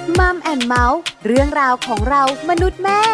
มัมแอนด์เมาส์เรื่องราวของเรามนุษย์แม่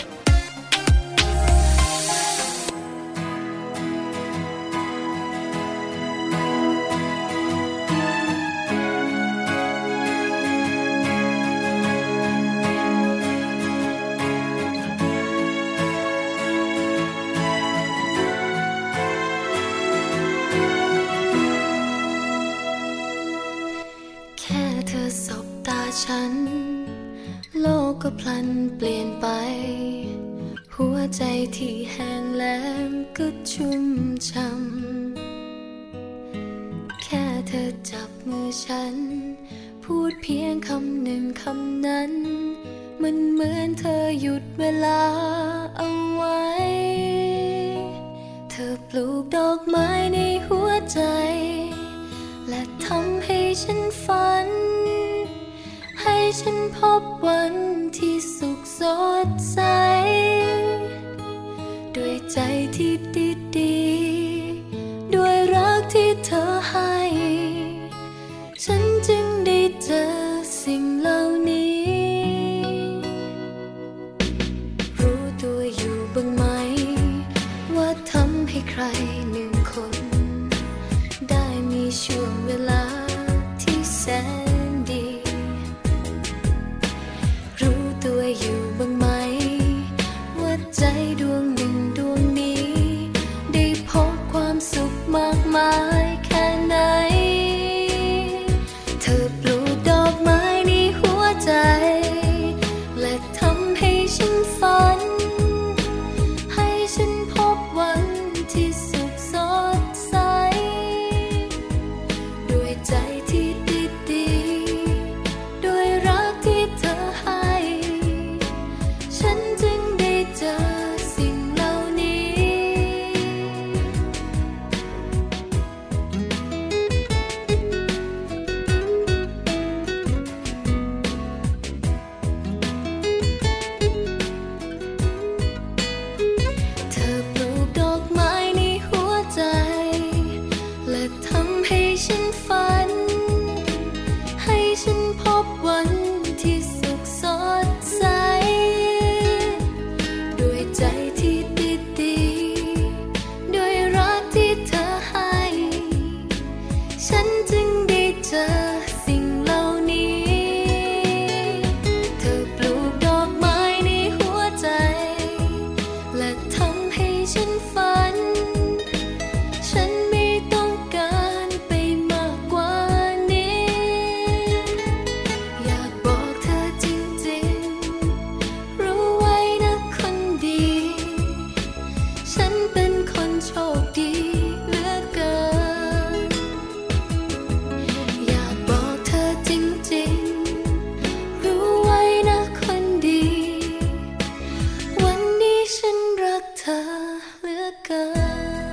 ฉันโลกก็พลันเปลี่ยนไปหัวใจที่แห้งแล้งก็ชุ่มช่ำแค่เธอจับมือฉันพูดเพียงคำหนึ่งคำนั้นมันเหมือนเธอหยุดเวลาเอาไว้เธอปลูกดอกไม้ในหัวใจและทำให้ฉันฝันให้ฉันพบวันที่สุขสดใสด้วยใจที่ดีๆด้วยรักที่เธอให้ฉันจึงได้เจอสิ่งเหล่านี้รู้ตัวอยู่บ้างไหมว่าทำให้ใครหนึ่งคนได้มีช่วงเวลาที่แสนตัวอยู่บ้างไหมว่าใจดวงหนึ่งดวงนี้ได้พบความสุขมากมายแค่ไหนเธอปลูกดอกไม้ในหัวใจและทำให้ฉันฝันให้ฉันพบวันที่สุขสดใสด้วยใจที่ดีๆด้วยรักที่เธอให้ฉันจึงได้เจอสิ่งเหล่านี้เธอปลูกดอกไม้ในหัวใจและทำให้ฉันฝันให้ฉันพบวันที่สุขสดใสใจที่ดีๆด้วยรักที่เธอให้ฉันจึงได้เจอสิ่งเหล่านี้เธอปลูกดอกไม้ในหัวใจและทำให้ฉันฝันฉันไม่ต้องการไปมากกว่านี้อยากบอกเธอจริงๆรู้ไว้นะคนดีฉันเป็นคนโชคดีเหลือเกินอยากบอกเธอจริงๆรู้ไว้นะคนดีวันนี้ฉันรักเธอเหลือเกิน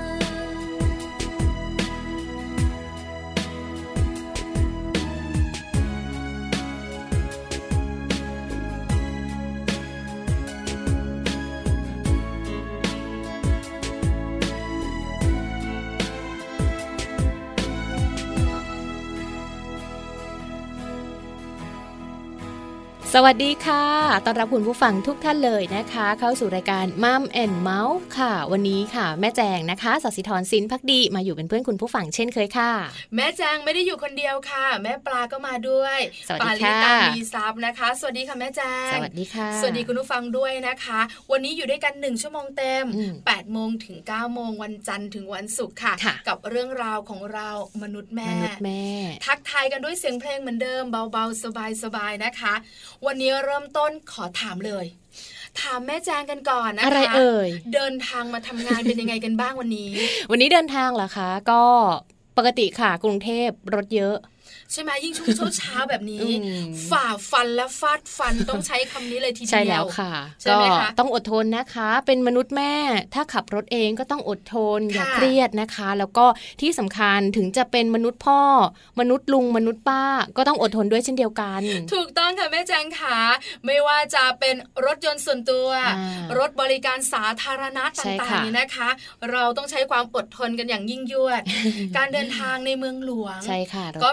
สวัสดีค่ะต้อนรับคุณผู้ฟังทุกท่านเลยนะคะเข้าสู่รายการมัมแอนด์เมาส์ค่ะวันนี้ค่ะแม่แจงนะคะศศิธรสินภักดีมาอยู่เป็นเพื่อนคุณผู้ฟังเช่นเคยค่ะแม่แจงไม่ได้อยู่คนเดียวค่ะแม่ปลาก็มาด้วยปาลิตามีซับนะคะสวัสดีค่ะแม่แจงสวัสดีค่ะสวัสดีคุณผู้ฟังด้วยนะคะวันนี้อยู่ด้วยกัน1ชั่วโมงเต็ม 8 โมงถึง 9 โมงวันจันทร์ถึงวันศุกร์ค่ะกับเรื่องราวของเรามนุษย์แม่ทักทายกันด้วยเสียงเพลงเหมือนเดิมเบาๆสบายๆนะคะวันนี้เริ่มต้นขอถามเลยถามแม่แจงกันก่อนนะคะอะไรเอ่ยเดินทางมาทำงานเป็นยังไงกันบ้างวันนี้วันนี้เดินทางเหรอคะก็ปกติค่ะกรุงเทพรถเยอะใช่ไหมยิ่งช่วงเช้าแบบนี้ฝ่าฟันและฟาดฟันต้องใช้คำนี้เลยทีเดียวใช่แล้วค่ะก็ต้องอดทนนะคะเป็นมนุษย์แม่ถ้าขับรถเองก็ต้องอดทนอย่าเครียดนะคะแล้วก็ที่สำคัญถึงจะเป็นมนุษย์พ่อมนุษย์ลุงมนุษย์ป้าก็ต้องอดทนด้วยเช่นเดียวกันถูกต้องค่ะแม่แจงค่ะไม่ว่าจะเป็นรถยนต์ส่วนตัวรถบริการสาธารณะต่างๆนี่นะคะเราต้องใช้ความอดทนกันอย่างยิ่งยวด การเดินทางในเมืองหลวงใช่ค่ะก็เป็นเรื่อง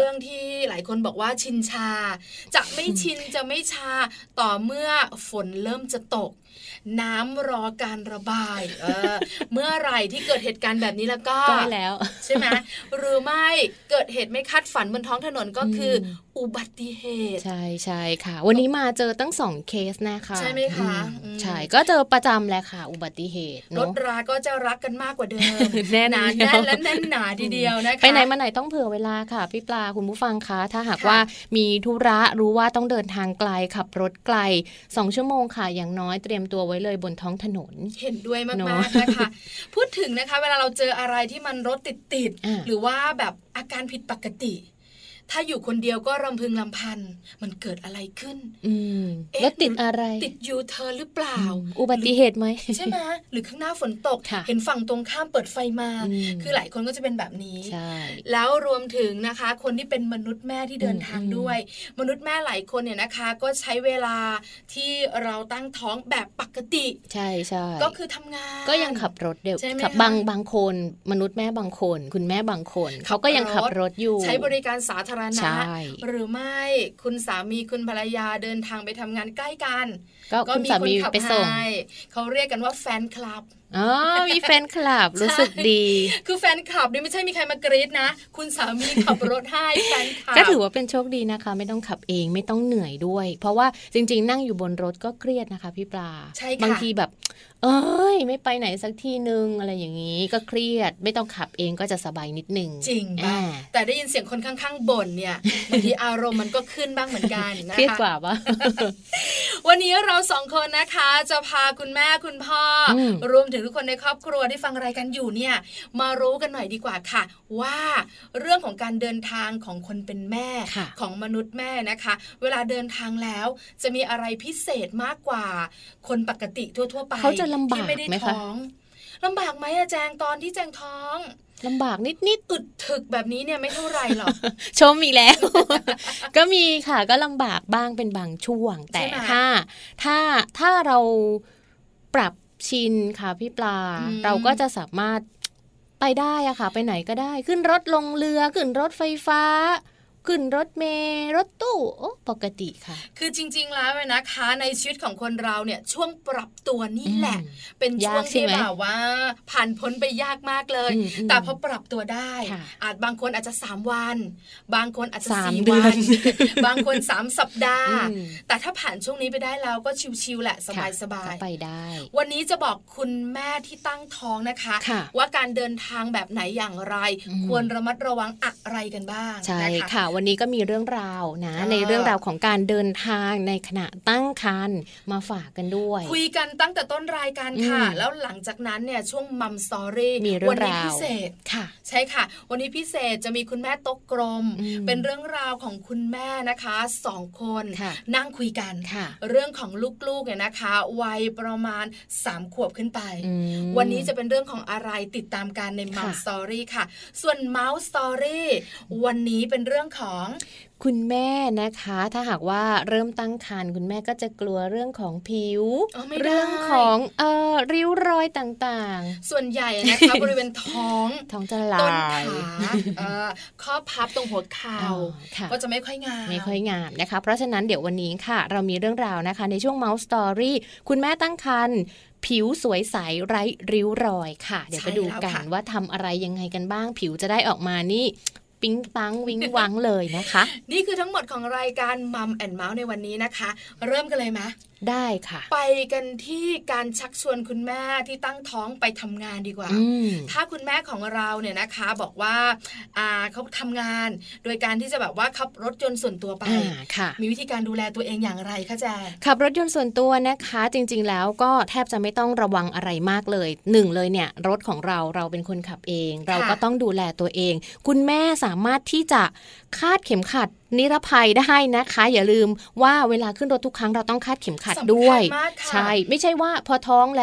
รื่องที่หลายคนบอกว่าชินชาจะไม่ชินจะไม่ชาต่อเมื่อฝนเริ่มจะตกน้ำรอการระบายเมื่อไหร่ที่เกิดเหตุการณ์แบบนี้แล้วก็แล้วใช่ไหมหรือไม่เกิดเหตุไม่คาดฝันบนท้องถนนก็คืออุบัติเหตุใช่ใช่ค่ะวันนี้มาเจอตั้ง2เคสนะคะใช่ไหมคะใช่ก็เจอประจำแหละค่ะอุบัติเหตุรถราก็จะรักกันมากกว่าเดิมแน่นและแน่นหนาทีเดียวนะคะไปไหนมาไหนต้องเผื่อเวลาค่ะพี่ปลาคุณผู้ฟังคะถ้าหากว่ามีธุระรู้ว่าต้องเดินทางไกลขับรถไกล2ชั่วโมงค่ะอย่างน้อยเตรียมตัวไว้เลยบนท้องถนนเห็นด้วยมากๆนะคะพูดถึงนะคะเวลาเราเจออะไรที่มันรถติดหรือว่าแบบอาการผิดปกติถ้าอยู่คนเดียวก็รำพึงรำพันมันเกิดอะไรขึ้นแล้วติดอะไรติดยูเทิร์นหรือเปล่าอุบัติเหตุไหมใช่ไหมหรือข้างหน้าฝนตกเห็นฝั่งตรงข้ามเปิดไฟมาคือหลายคนก็จะเป็นแบบนี้แล้วรวมถึงนะคะคนที่เป็นมนุษย์แม่ที่เดินทางด้วยมนุษย์แม่หลายคนเนี่ยนะคะก็ใช้เวลาที่เราตั้งท้องแบบปกติใช่ใช่ก็คือทำงานก็ยังขับรถเดี๋ยวบางคนมนุษย์แม่บางคนคุณแม่บางคนเขาก็ยังขับรถอยู่ใช้บริการสาธารณะหรือไม่คุณสามีคุณภรรยาเดินทางไปทำงานใกล้กันก็มีคนขับไปส่งเขาเรียกกันว่าแฟนคลับมีแฟนคลับรู้สึกดีคือแฟนคลับนี่ไม่ใช่มีใครมากรี๊ดนะคุณสามีขับรถให้แฟนคลับก็ถือว่าเป็นโชคดีนะคะไม่ต้องขับเองไม่ต้องเหนื่อยด้วยเพราะว่าจริงๆนั่งอยู่บนรถก็เครียดนะคะพี่ปลาบางทีแบบไม่ไปไหนสักทีนึงอะไรอย่างนี้ก็เครียดไม่ต้องขับเองก็จะสบายนิดนึงจริงป่ะแต่ได้ยินเสียงคนข้างๆบ่นเนี่ยบางทีอารมณ์มันก็ขึ้นบ้างเหมือนกันนะคะเครียดกว่าปะวันนี้เรา2คนนะคะจะพาคุณแม่คุณพ่อรวมถึงทุกคนในครอบครัวที่ฟังรายการอยู่เนี่ยมารู้กันหน่อยดีกว่าค่ะว่าเรื่องของการเดินทางของคนเป็นแม่ของมนุษย์แม่นะคะเวลาเดินทางแล้วจะมีอะไรพิเศษมากกว่าคนปกติทั่วๆไปเขาจะลำบากไหมคะลำบากไหมอะแจงตอนที่แจงท้องลำบากนิดอึดถึกแบบนี้เนี่ยไม่เท่าไรหรอกชมอีกแล้ว ก็มีค่ะก็ลำบากบ้างเป็นบางช่วงแต่ถ้าเราปรับชินค่ะพี่ปลาเราก็จะสามารถไปได้อะค่ะไปไหนก็ได้ขึ้นรถลงเรือขึ้นรถไฟฟ้าขึ้นรถเมล์รถตู้ปกติค่ะคือจริงๆแล้วนะคะในชีวิตของคนเราเนี่ยช่วงปรับตัวนี่แหละเป็นช่วงที่แบบว่าผ่านพ้นไปยากมากเลยแต่พอปรับตัวได้บางคนอาจจะ3วันบางคนอาจจะ4วันบางคน3สัปดาห์แต่ถ้าผ่านช่วงนี้ไปได้แล้วก็ชิวๆแหละสบายๆไปได้วันนี้จะบอกคุณแม่ที่ตั้งท้องนะคะว่าการเดินทางแบบไหนอย่างไรควรระมัดระวังอะไรกันบ้างใช่ค่ะวันนี้ก็มีเรื่องราวนะในเรื่องราวของการเดินทางในขณะตั้งครรภ์มาฝากกันด้วยคุยกันตั้งแต่ต้นรายการค่ะแล้วหลังจากนั้นเนี่ยช่วงมัมสตอรี่วันนี้พิเศษค่ะใช่ค่ะวันนี้พิเศษจะมีคุณแม่โต๊ะกลมเป็นเรื่องราวของคุณแม่นะคะ2คนนั่งคุยกันเรื่องของลูกๆเนี่ยนะคะวัยประมาณ3ขวบขึ้นไปวันนี้จะเป็นเรื่องของอะไรติดตามกันในมัมสตอรี่ค่ะส่วนเมาส์สตอรี่วันนี้เป็นเรื่องของคุณแม่นะคะถ้าหากว่าเริ่มตั้งครรภ์คุณแม่ก็จะกลัวเรื่องของผิวเรื่องของริ้วรอยต่างๆส่วนใหญ่นะคะ บริเวณท้องจะลายต้นขาข้อพับตรงหัวเข่าก็จะไม่ค่อยงามนะคะเพราะฉะนั้นเดี๋ยววันนี้ค่ะเรามีเรื่องราวนะคะในช่วง Mouse Story คุณแม่ตั้งครรภ์ผิวสวยใสไร้ริ้วรอยค่ะเดี๋ยวไปดูกันว่าทำอะไรยังไงกันบ้างผิวจะได้ออกมานี่ปิ๊งปังวิ้งวังเลยนะคะนี่คือทั้งหมดของรายการมัมแอนด์เมาส์ในวันนี้นะคะเริ่มกันเลยไหมได้ค่ะไปกันที่การชักชวนคุณแม่ที่ตั้งท้องไปทำงานดีกว่าถ้าคุณแม่ของเราเนี่ยนะคะบอกว่าเขาทำงานโดยการที่จะแบบว่าขับรถยนต์ส่วนตัวไปมีวิธีการดูแลตัวเองอย่างไรคะแจขับรถยนต์ส่วนตัวนะคะจริงๆแล้วก็แทบจะไม่ต้องระวังอะไรมากเลย1เลยเนี่ยรถของเราเป็นคนขับเองเราก็ต้องดูแลตัวเองคุณแม่สามารถที่จะคาดเข็มขัดนิรภัยได้นะคะอย่าลืมว่าเวลาขึ้นรถทุกครั้งเราต้องคาดเข็มขัดด้วยใช่ไม่ใช่ว่าพอท้องแล้ว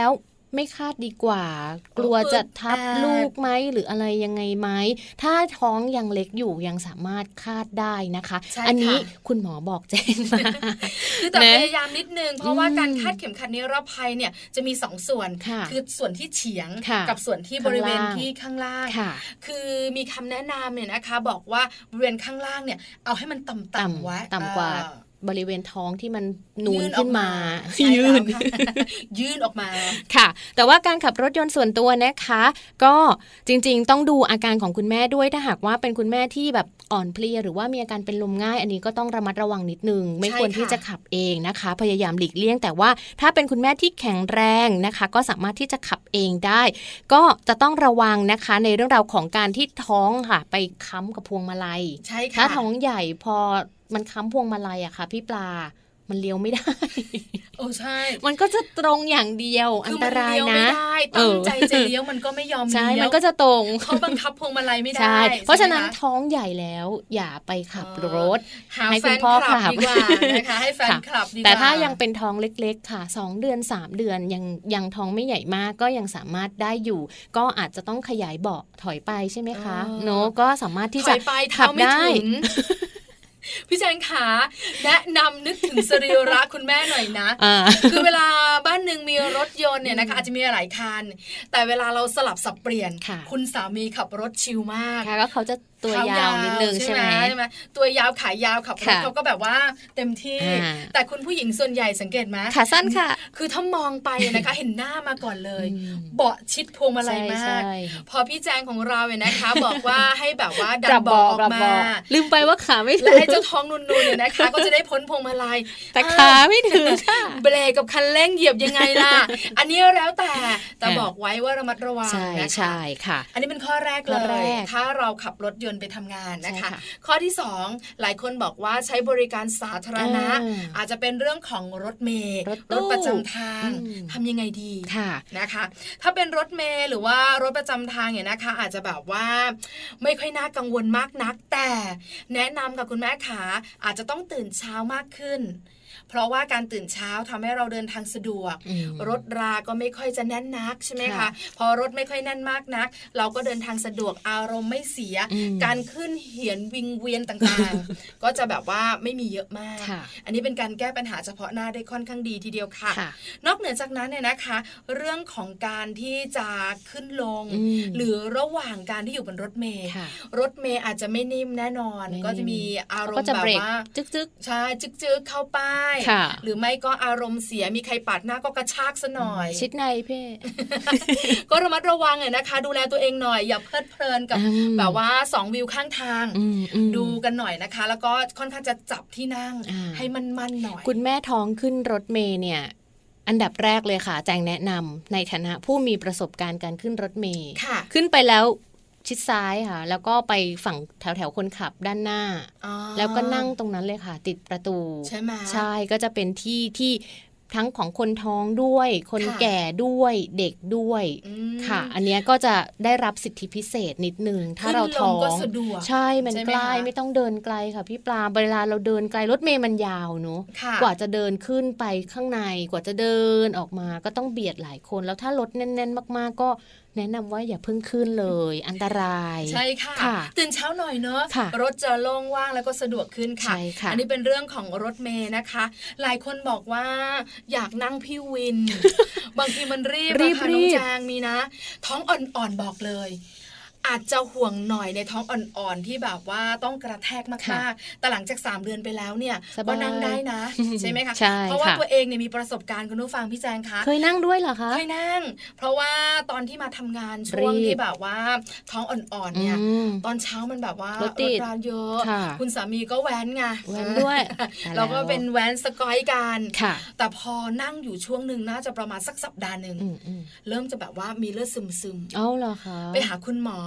ไม่คาดดีกว่ากลัวจะทับลูกไหมหรืออะไรยังไงไหมถ้าท้องยังเล็กอยู่ยังสามารถคาดได้นะคะอันนี้คุณหมอบอกแจ้งมาคือแต่พยายามนิดนึงเพราะว่าการคาดเข็มขัดนิรภัยเนี่ยจะมี2ส่วนคือส่วนที่เฉียงกับส่วนที่บริเวณที่ข้างล่างคือมีคำแนะนำเนี่ยนะคะบอกว่าบริเวณข้างล่างเนี่ยเอาให้มันต่ำๆไว้ต่ำกว่าบริเวณท้องที่มันนูนขึ้นมายื่นออกมาค่ะแต่ว่าการขับรถยนต์ส่วนตัวนะคะก็จริงๆต้องดูอาการของคุณแม่ด้วยถ้าหากว่าเป็นคุณแม่ที่แบบอ่อนเพลียหรือว่ามีอาการเป็นลมง่ายอันนี้ก็ต้องระมัดระวังนิดนึงไม่ควรที่จะขับเองนะคะพยายามหลีกเลี่ยงแต่ว่าถ้าเป็นคุณแม่ที่แข็งแรงนะคะก็สามารถที่จะขับเองได้ก็จะต้องระวังนะคะในเรื่องราวของการที่ท้องค่ะไปค้ำกับพวงมาลัยถ้าท้องใหญ่พอมันค้ำพวงมาลัยอะค่ะพี่ปลามันเลี้ยวไม่ได้โอ้ใช่มันก็จะตรงอย่างเดียวอันตรายนะตั้งใจจะเลี้ยวมันก็ไม่ยอมเลี้ยวใช่มันก็จะตรงเขาบังคับพวงมาลัยไม่ได้ใช่เพราะฉะนั้นท้องใหญ่แล้วอย่าไปขับรถให้คุณพ่อขับดีกว่านะคะให้แฟนคลับดีกว่าแต่ถ้ายังเป็นท้องเล็กๆค่ะ2เดือน3เดือนยังท้องไม่ใหญ่มากก็ยังสามารถได้อยู่ก็อาจจะต้องขยายเบาะถอยไปใช่ไหมคะโนก็สามารถที่จะขับได้พี่แจงขาแนะนำนึกถึงสรีระคุณแม่หน่อยนะคือเวลาบ้านหนึ่งมีรถยนต์เนี่ยนะคะอาจจะมีหลายคันแต่เวลาเราสลับสับเปลี่ยนคุณสามีขับรถชิลมากก็เขาจะตัวยาวนิดนึงใช่ไหมตัวยาวขายาวขับรถเขาก็แบบว่าเต็มที่แต่คุณผู้หญิงส่วนใหญ่สังเกตไหมขาสั้นค่ะคือถ้ามองไปนะคะเห็นหน้ามาก่อนเลยเบาะชิดพวงมาลัยมากพอพี่แจงของเราเนี่ยนะคะบอกว่าให้แบบว่าดันเบาะออกมาลืมไปว่าขาไม่ถึงและให้เจ้าท้องนุ่นๆเนี่ยนะคะก็จะได้พ้นพวงมาลัยแต่ขาไม่ถึงค่ะเบรกกับคันเร่งเหยียบยังไงล่ะอันนี้แล้วแต่บอกไว้ว่าระมัดระวังนะคะใช่ค่ะอันนี้เป็นข้อแรกเลยถ้าเราขับรถยนต์ไปทำงานนะคะข้อที่2หลายคนบอกว่าใช้บริการสาธารณะอาจจะเป็นเรื่องของรถเมล์รถประจำทางทำยังไงดีนะคะถ้าเป็นรถเมล์หรือว่ารถประจำทางเนี่ยนะคะอาจจะแบบว่าไม่ค่อยน่ากังวลมากนักแต่แนะนำกับคุณแม่ขาอาจจะต้องตื่นเช้ามากขึ้นเพราะว่าการตื่นเช้าทำให้เราเดินทางสะดวกรถราก็ไม่ค่อยจะแน่นนักใช่ไหมคะพอรถไม่ค่อยแน่นมากนักเราก็เดินทางสะดวกอารมณ์ไม่เสียการขึ้นเหียนวิงเวียนต่างๆก็จะแบบว่าไม่มีเยอะมากอันนี้เป็นการแก้ปัญหาเฉพาะหน้าได้ค่อนข้างดีทีเดียวค่ะนอกเหนือจากนั้นเนี่ยนะคะเรื่องของการที่จะขึ้นลงหรือระหว่างการที่อยู่บนรถเมล์อาจจะไม่นิ่มแน่นอนก็จะมีอารมณ์แบบว่าจึ๊กใช่จึ๊กเข้าป้ายหรือไม่ก็อารมณ์เสียมีใครปาดหน้าก็กระชากซะหน่อยชิดในเพ่ก็ระมัดระวังเลยนะคะดูแลตัวเองหน่อยอย่าเพลิดเพลินกับแบบว่า2วิวข้างทางดูกันหน่อยนะคะแล้วก็ค่อนข้างจะจับที่นั่งให้มันๆหน่อยคุณแม่ท้องขึ้นรถเมล์เนี่ยอันดับแรกเลยค่ะแจงแนะนำในฐานะผู้มีประสบการณ์การขึ้นรถเมล์ขึ้นไปแล้วชิดซ้ายค่ะแล้วก็ไปฝั่งแถวคนขับด้านหน้าแล้วก็นั่งตรงนั้นเลยค่ะติดประตูใช่ไหมใช่ก็จะเป็นที่ทั้งของคนท้องด้วยคนแก่ด้วยเด็กด้วยค่ะอันนี้ก็จะได้รับสิทธิพิเศษนิดนึงถ้าเราท้องใช่มันใกล้ไม่ต้องเดินไกลค่ะพี่ปลาเวลาเราเดินไกลรถเมล์มันยาวเนอะกว่าจะเดินขึ้นไปข้างในกว่าจะเดินออกมาก็ต้องเบียดหลายคนแล้วถ้ารถแน่นๆมากๆก็แนะนำว่าอย่าเพิ่งขึ้นเลยอันตรายใช่ค่ะตื่นเช้าหน่อยเนอะรถจะโล่งว่างแล้วก็สะดวกขึ้นค่ะอันนี้เป็นเรื่องของรถเมล์นะคะหลายคนบอกว่าอยากนั่งพี่วิน บางทีมันรีบค่ะน้องแจงมีนะท้องอ่อนๆบอกเลยอาจจะห่วงหน่อยในท้องอ่อนๆที่แบบว่าต้องกระแทกมากๆแต่หลังจาก3เดือนไปแล้วเนี่ยก็นั่งได้นะใช่ไหมคะเพราะว่าตัวเองเนี่ยมีประสบการณ์คุณผู้ฟังพี่แจงคะเคยนั่งด้วยเหรอคะเคยนั่งเพราะว่าตอนที่มาทำงานช่วงที่แบบว่าท้องอ่อนๆเนี่ยตอนเช้ามันแบบว่ารถราเยอะคุณสามีก็แว้นไงแว้นด้วยเราก็เป็นแว้นสกอยกันแต่พอนั่งอยู่ช่วงนึงน่าจะประมาณสักสัปดาห์นึงเริ่มจะแบบว่ามีเลือดซึมเอาเหรอคะไปหาคุณหมอ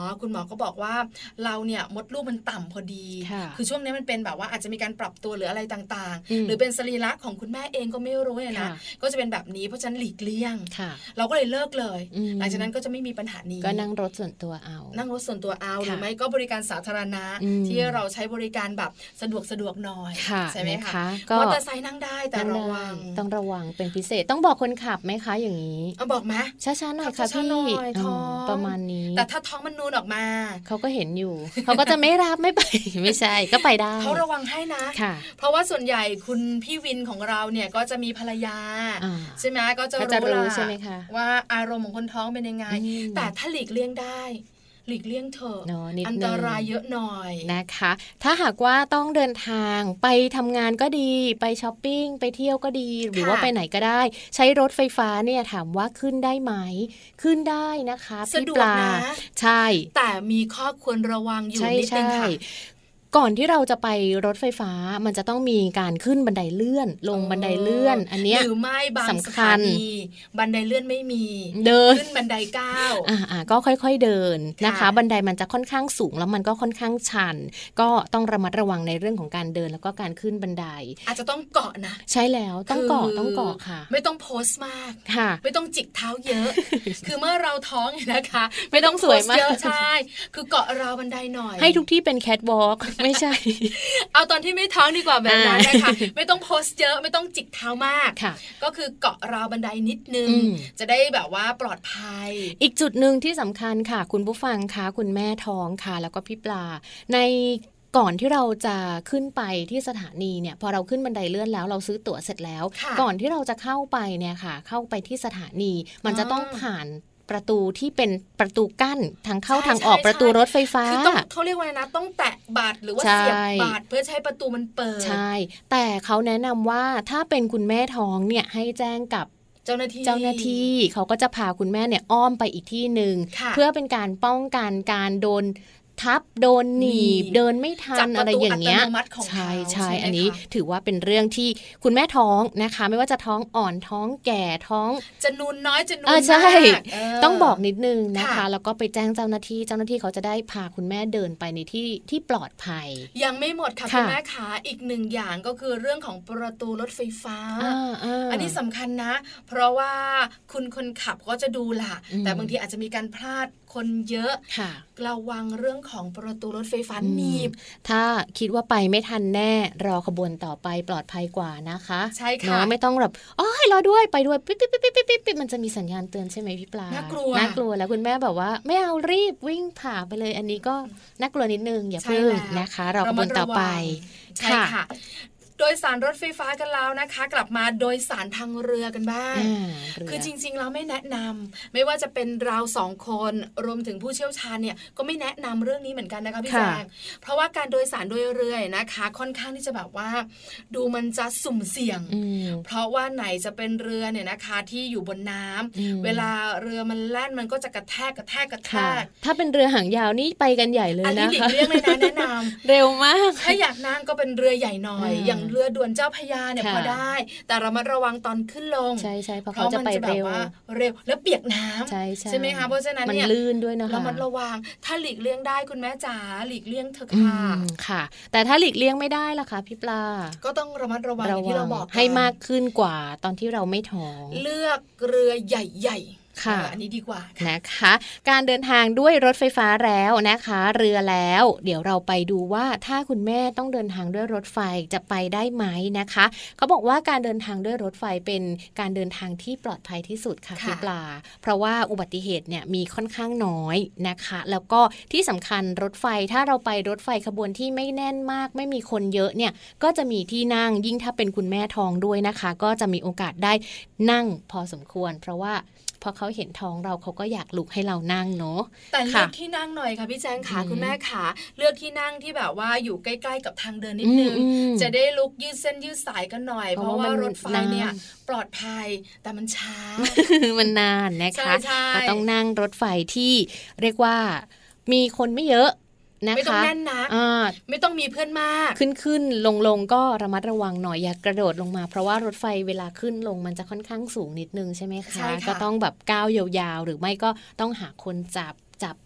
คุณหมอก็บอกว่าเราเนี่ยมดลูกมันต่ำพอดีคือช่วงนี้มันเป็นแบบว่าอาจจะมีการปรับตัวหรืออะไรต่างๆหรือเป็นสรีระของคุณแม่เองก็ไม่รู้เนี่ยนะก็จะเป็นแบบนี้เพราะฉะนั้นหลีกเลี่ยงเราก็เลยเลิกเลยหลังจากนั้นก็จะไม่มีปัญหานี้ก็นั่งรถส่วนตัวเอาหรือไม่ก็บริการสาธารณะที่เราใช้บริการแบบสะดวกหน่อยใช่ไหมคะมอเตอร์ไซค์นั่งได้แต่ระวังต้องระวังเป็นพิเศษต้องบอกคนขับไหมคะอย่างนี้บอกไหมช้าๆหน่อยค่ะพี่ประมาณนี้แต่ถ้าท้องมันนูนออกมาเขาก็เห็นอยู่เขาก็จะไม่รับไม่ไปไม่ใช่ก็ไปได้เขาระวังให้นะเพราะว่าส่วนใหญ่คุณพี่วินของเราเนี่ยก็จะมีภรรยาใช่ไหมก็จะรู้ใช่ไหมคะว่าอารมณ์ของคนท้องเป็นยังไงแต่ถ้าหลีกเลี่ยงได้หลีกเลี่ยงเถอะอันตรายเยอะหน่อยนะคะถ้าหากว่าต้องเดินทางไปทำงานก็ดีไปช้อปปิ้งไปเที่ยวก็ดีหรือว่าไปไหนก็ได้ใช้รถไฟฟ้าเนี่ยถามว่าขึ้นได้ไหมขึ้นได้นะคะพี่ปลาใช่แต่มีข้อควรระวังอยู่นิดนึงค่ะก่อนที่เราจะไปรถไฟฟ้ามันจะต้องมีการขึ้นบันไดเลื่อนลงบันไดเลื่อนอันเนี้ยหรือไม่บางสถานีบันไดเลื่อนไม่มีเดินขึ้นบันไดก้าวก็ค่อยๆเดินนะคะบันไดมันจะค่อนข้างสูงแล้วมันก็ค่อนข้างชันก็ต้องระมัดระวังในเรื่องของการเดินแล้วก็การขึ้นบันไดอาจจะต้องเกาะนะใช่แล้วต้องเกาะค่ะไม่ต้องโพสต์มากไม่ต้องจิกเท้าเยอะ คือเมื่อเราท้องนะคะไม่ต้องสวยมากใช่คือเกาะราวบันไดหน่อยให้ทุกที่เป็นแคทวอล์กไม่ใช่เอาตอนที่ไม่ท้องดีกว่าแบบนั้นนะคะไม่ต้องโพสเยอะไม่ต้องจิกเท้ามากก็คือเกาะราวบันไดนิดนึงจะได้แบบว่าปลอดภัยอีกจุดนึงที่สำคัญค่ะคุณผู้ฟังค่ะคุณแม่ท้องค่ะแล้วก็พี่ปลาในก่อนที่เราจะขึ้นไปที่สถานีเนี่ยพอเราขึ้นบันไดเลื่อนแล้วเราซื้อตั๋วเสร็จแล้วก่อนที่เราจะเข้าไปเนี่ยค่ะเข้าไปที่สถานีมันจะต้องผ่านประตูที่เป็นประตูกั้นทางเข้าทางออกประตูรถไฟฟ้าคือเขาเรียกว่านะต้องแตะบัตรหรือว่าเสียบบัตรเพื่อใช้ประตูมันเปิดใช่แต่เขาแนะนำว่าถ้าเป็นคุณแม่ท้องเนี่ยให้แจ้งกับเจ้าหน้าที่เขาก็จะพาคุณแม่เนี่ยอ้อมไปอีกที่นึงเพื่อเป็นการป้องกันการโดนทับโดนหนีบเดินไม่ทันอะไรอย่างเงี้ยใช่อันนี้ถือว่าเป็นเรื่องที่คุณแม่ท้องนะคะไม่ว่าจะท้องอ่อนท้องแก่ท้องจะนูนน้อยจะนูนมากใช่ต้องบอกนิดนึงนะคะแล้วก็ไปแจ้งเจ้าหน้าที่เขาจะได้พาคุณแม่เดินไปในที่ปลอดภัยยังไม่หมดค่ะคุณแม่ขาอีกหนึ่งอย่างก็คือเรื่องของประตูรถไฟฟ้าอันนี้สำคัญนะเพราะว่าคุณคนขับก็จะดูล่ะแต่บางทีอาจจะมีการพลาดคนเยอะระวังเรื่องของประตูรถไฟฟ้าหนีบถ้าคิดว่าไปไม่ทันแน่รอขบวนต่อไปปลอดภัยกว่านะคะใช่ค่ะไม่ต้องแบบให้รอด้วยไปด้วยปิ๊บมันจะมีสัญญาณเตือนใช่ไหมพี่ปลาน่ากลัวแล้วคุณแม่แบบว่าไม่เอารีบวิ่งผ่าไปเลยอันนี้ก็น่ากลัวนิดนึงอย่าเพิ่งนะคะรอขบวนต่อไปใช่ค่ะโดยสารรถไฟฟ้ากันแล้วนะคะกลับมาโดยสารทางเรือกันบ้างคือจริงๆแล้วไม่แนะนำไม่ว่าจะเป็นเรา2คนรวมถึงผู้เชี่ยวชาญเนี่ยก็ไม่แนะนำเรื่องนี้เหมือนกันนะคะพี่แจงเพราะว่าการโดยสารโดยเรือนะคะค่อนข้างที่จะแบบว่าดูมันจะสุ่มเสี่ยงเพราะว่าไหนจะเป็นเรือเนี่ยนะคะที่อยู่บนน้ำเวลาเรือมันแล่นมันก็จะกระแทกถ้าเป็นเรือหางยาวนี่ไปกันใหญ่เลยนะคะอันนี้หลีกเลี่ยงเลยนะแนะนำเร็วมากถ้าอยากนั่งก็เป็นเรือใหญ่หน่อยอย่างเรือด่วนเจ้าพระยาเนี่ยพอได้แต่เรามาระวังตอนขึ้นลงใช่เพราะเขาจะไปเร็วแล้วเปียกน้ำใช่ไหมคะเพราะฉะนั้นเนี่ยมันลื่นด้วยนะคะเรามาระวังถ้าหลีกเลี่ยงได้คุณแม่จ๋าหลีกเลี่ยงเถอะค่ะแต่ถ้าหลีกเลี่ยงไม่ได้ล่ะคะพี่ปลาก็ต้องระมัดระวังที่เราบอกให้มากขึ้นกว่าตอนที่เราไม่ท้องเลือกเรือใหญ่อันนี้ดีกว่านะคะการเดินทางด้วยรถไฟฟ้าแล้วนะคะเรือแล้วเดี๋ยวเราไปดูว่าถ้าคุณแม่ต้องเดินทางด้วยรถไฟจะไปได้ไหมนะคะเขาบอกว่าการเดินทางด้วยรถไฟเป็นการเดินทางที่ปลอดภัยที่สุดค่ะพี่ปลาเพราะว่าอุบัติเหตุเนี่ยมีค่อนข้างน้อยนะคะแล้วก็ที่สำคัญรถไฟถ้าเราไปรถไฟขบวนที่ไม่แน่นมากไม่มีคนเยอะเนี่ยก็จะมีที่นั่งยิ่งถ้าเป็นคุณแม่ท้องด้วยนะคะก็จะมีโอกาสได้นั่งพอสมควรเพราะว่าพอเขาเห็นท้องเราเขาก็อยากลุกให้เรานั่งเนาะแต่เลือกที่นั่งหน่อยค่ะพี่แจงขาคุณแม่ขาเลือกที่นั่งที่แบบว่าอยู่ใกล้ๆกับทางเดินนิดนึงจะได้ลุกยืดเส้นยืดสายกันหน่อยเพราะว่ารถไฟเนี่ยปลอดภัยแต่มันช้ามันนานนะคะก็ต้องนั่งรถไฟที่เรียกว่ามีคนไม่เยอะไม่ต้องแน่นนะไม่ต้องมีเพื่อนมากขึ้นลงก็ระมัดระวังหน่อยอย่ากระโดดลงมาเพราะว่ารถไฟเวลาขึ้นลงมันจะค่อนข้างสูงนิดนึงใช่ไหมคะก็ต้องแบบก้าวยาวๆหรือไม่ก็ต้องหาคนจับ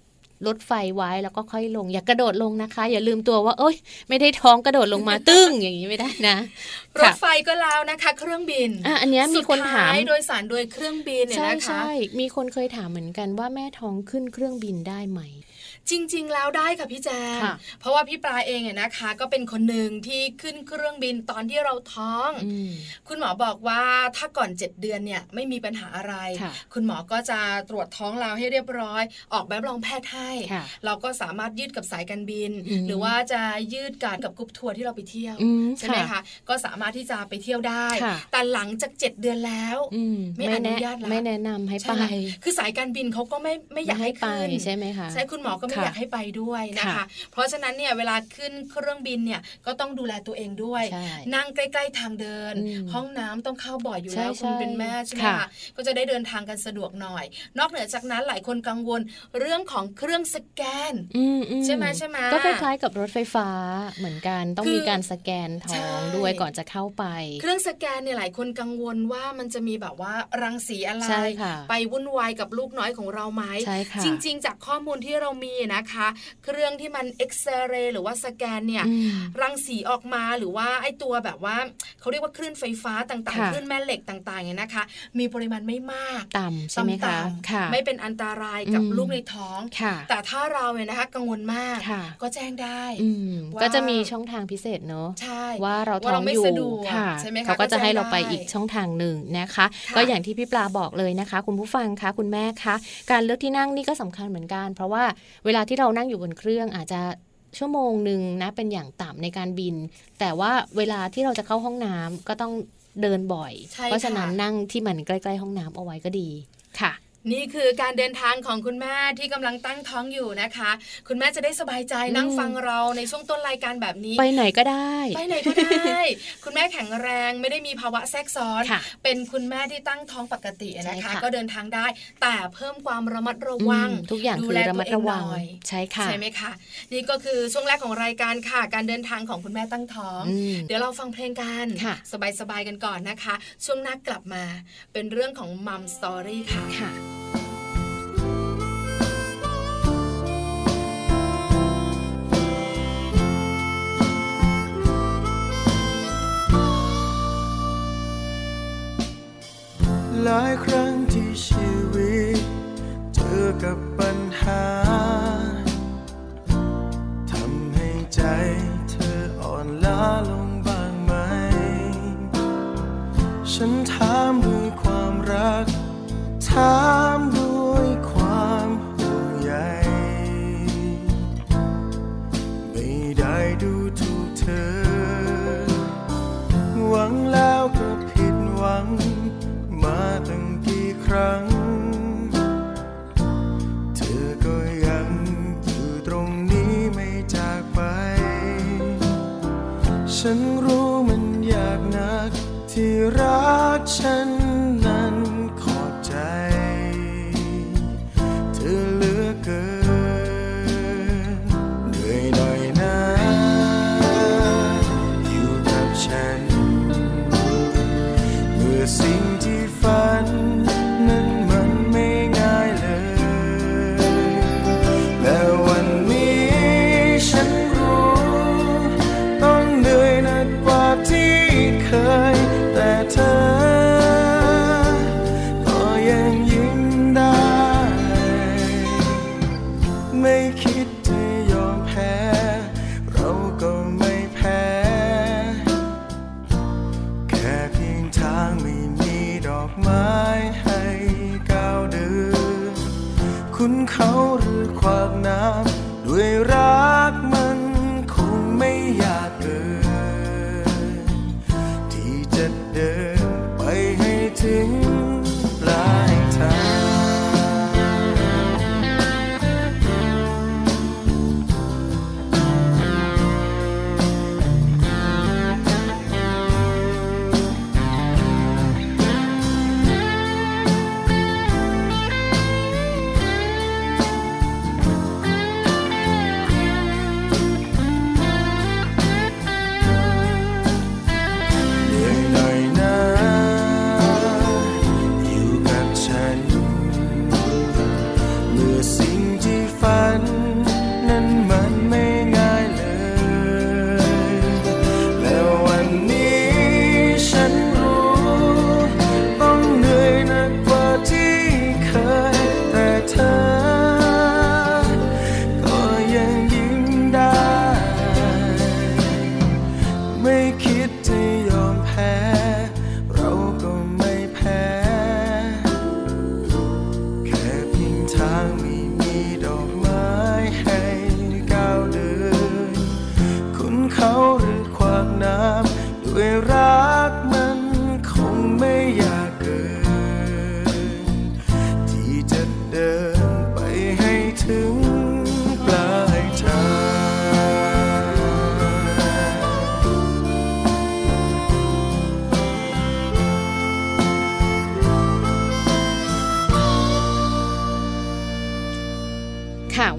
รถไฟไว้แล้วก็ค่อยลงอย่ากระโดดลงนะคะอย่าลืมตัวว่าเอ้ยไม่ได้ท้องกระโดดลงมาตึ้งอย่างนี้ไม่ได้นะรถไฟก็แล้วนะคะเครื่องบินอันนี้มีคนถามโดยสารโดยเครื่องบินเนี่ยนะคะใช่มีคนเคยถามเหมือนกันว่าแม่ท้องขึ้นเครื่องบินได้ไหมจริงๆแล้วได้ค่ะพี่แจงเพราะว่าพี่ปลาเองเนี่ยนะคะก็เป็นคนหนึ่งที่ขึ้นเครื่องบินตอนที่เราท้องคุณหมอบอกว่าถ้าก่อน7เดือนเนี่ยไม่มีปัญหาอะไรคุณหมอก็จะตรวจท้องเราให้เรียบร้อยออกใบรับรองแพทย์ให้เราก็สามารถยืดกับสายการบินหรือว่าจะยืดกับกรุ๊ปทัวร์ที่เราไปเที่ยวใช่ไหมคะก็สามารถที่จะไปเที่ยวได้แต่หลังจาก7เดือนแล้วไม่อนุญาตแล้วไม่แนะนำให้ไปคือสายการบินเขาก็ไม่อยากให้ขึ้นใช่ไหมคะใช่คุณหมอก็ไม่อยากให้ไปด้วยนะคะเพราะฉะนั้นเนี่ยเวลาขึ้นเครื่องบินเนี่ยก็ต้องดูแลตัวเองด้วยนั่งใกล้ๆทางเดินห้องน้ำต้องเข้าบ่อยอยู่แล้วคุณเป็นแม่ใช่ไหมคะก็จะได้เดินทางกันสะดวกหน่อยนอกเหนือจากนั้นหลายคนกังวลเรื่องของเครื่องสแกนใช่ไหมก็คล้ายๆกับรถไฟฟ้าเหมือนกันต้องมีการสแกนท้องด้วยก่อนจะเข้าไปเครื่องสแกนเนี่ยหลายคนกังวลว่ามันจะมีแบบว่ารังสีอะไรไปวุ่นวายกับลูกน้อยของเราไหมจริงๆจากข้อมูลที่เรามีนะคะเครื่องที่มันเอ็กซเรย์หรือว่าสแกนเนี่ยรังสีออกมาหรือว่าไอ้ตัวแบบว่าเขาเรียกว่าคลื่นไฟฟ้าต่างๆคลื่นแม่เหล็กต่างๆเนี่ยนะคะมีปริมาณไม่มากต่ำใช่ไหมคะไม่เป็นอันตรายกับลูกในท้องแต่ถ้าเราเนี่ยนะคะกังวลมากก็แจ้งได้ก็จะมีช่องทางพิเศษเนอะว่าเราท้องอยู่เขาก็จะให้เราไปอีกช่องทางหนึ่งนะคะก็อย่างที่พี่ปลาบอกเลยนะคะคุณผู้ฟังคะคุณแม่คะการเลือกที่นั่งนี่ก็สำคัญเหมือนกันเพราะว่าเวลาที่เรานั่งอยู่บนเครื่องอาจจะชั่วโมงนึงนะเป็นอย่างต่ำในการบินแต่ว่าเวลาที่เราจะเข้าห้องน้ำก็ต้องเดินบ่อยเพราะฉะนั้นนั่งที่มันใกล้ๆห้องน้ำเอาไว้ก็ดีค่ะนี่คือการเดินทางของคุณแม่ที่กำลังตั้งท้องอยู่นะคะคุณแม่จะได้สบายใจนั่งฟังเราในช่วงต้นรายการแบบนี้ไปไหนก็ได้คุณแม่แข็งแรงไม่ได้มีภาวะแทรกซ้อนเป็นคุณแม่ที่ตั้งท้องปกตินะคะก็เดินทางได้แต่เพิ่มความระมัดระวังทุกอย่างคือระมัดระวังใช่ค่ะใช่ไหมคะนี่ก็คือช่วงแรกของรายการค่ะการเดินทางของคุณแม่ตั้งท้องเดี๋ยวเราฟังเพลงกันสบายๆกันก่อนนะคะช่วงหน้ากลับมาเป็นเรื่องของมัมสตอรี่ค่ะหลายครั้งที่ชีวิตเจอกับปัญหาทำให้ใจเธออ่อนล้าลงบ้างไหมฉันถามด้วยความรักถามด้วยความห่วงใยไม่ได้ดูถูกเธอหวังแล้วก็ผิดหวังมาตั้งกี่ครั้งเธอก็ยังอยู่ตรงนี้ไม่จากไปฉันรู้มันยากนักที่รักฉันนั้นขอบใจเธอเหลือเกินเหนื่อยหน่อยนะอยู่กับฉันเมื่อสิ่งที่ฝันนั้นมันไม่ง่ายเลยและวันนี้ฉันรู้ต้องเหนื่อยหนักกว่าที่เคยแต่เธอก็ยังยิ้มได้ไม่คิดจะยอมแพ้เราก็ไม่แพ้แค่เพียงทางไม่มีดอกไม้ให้ก้าวเดินคุณเขาหรือขวากน้ำด้วยรักมันคงไม่ยากเกินที่จะเดินไปให้ถึงปลายทาง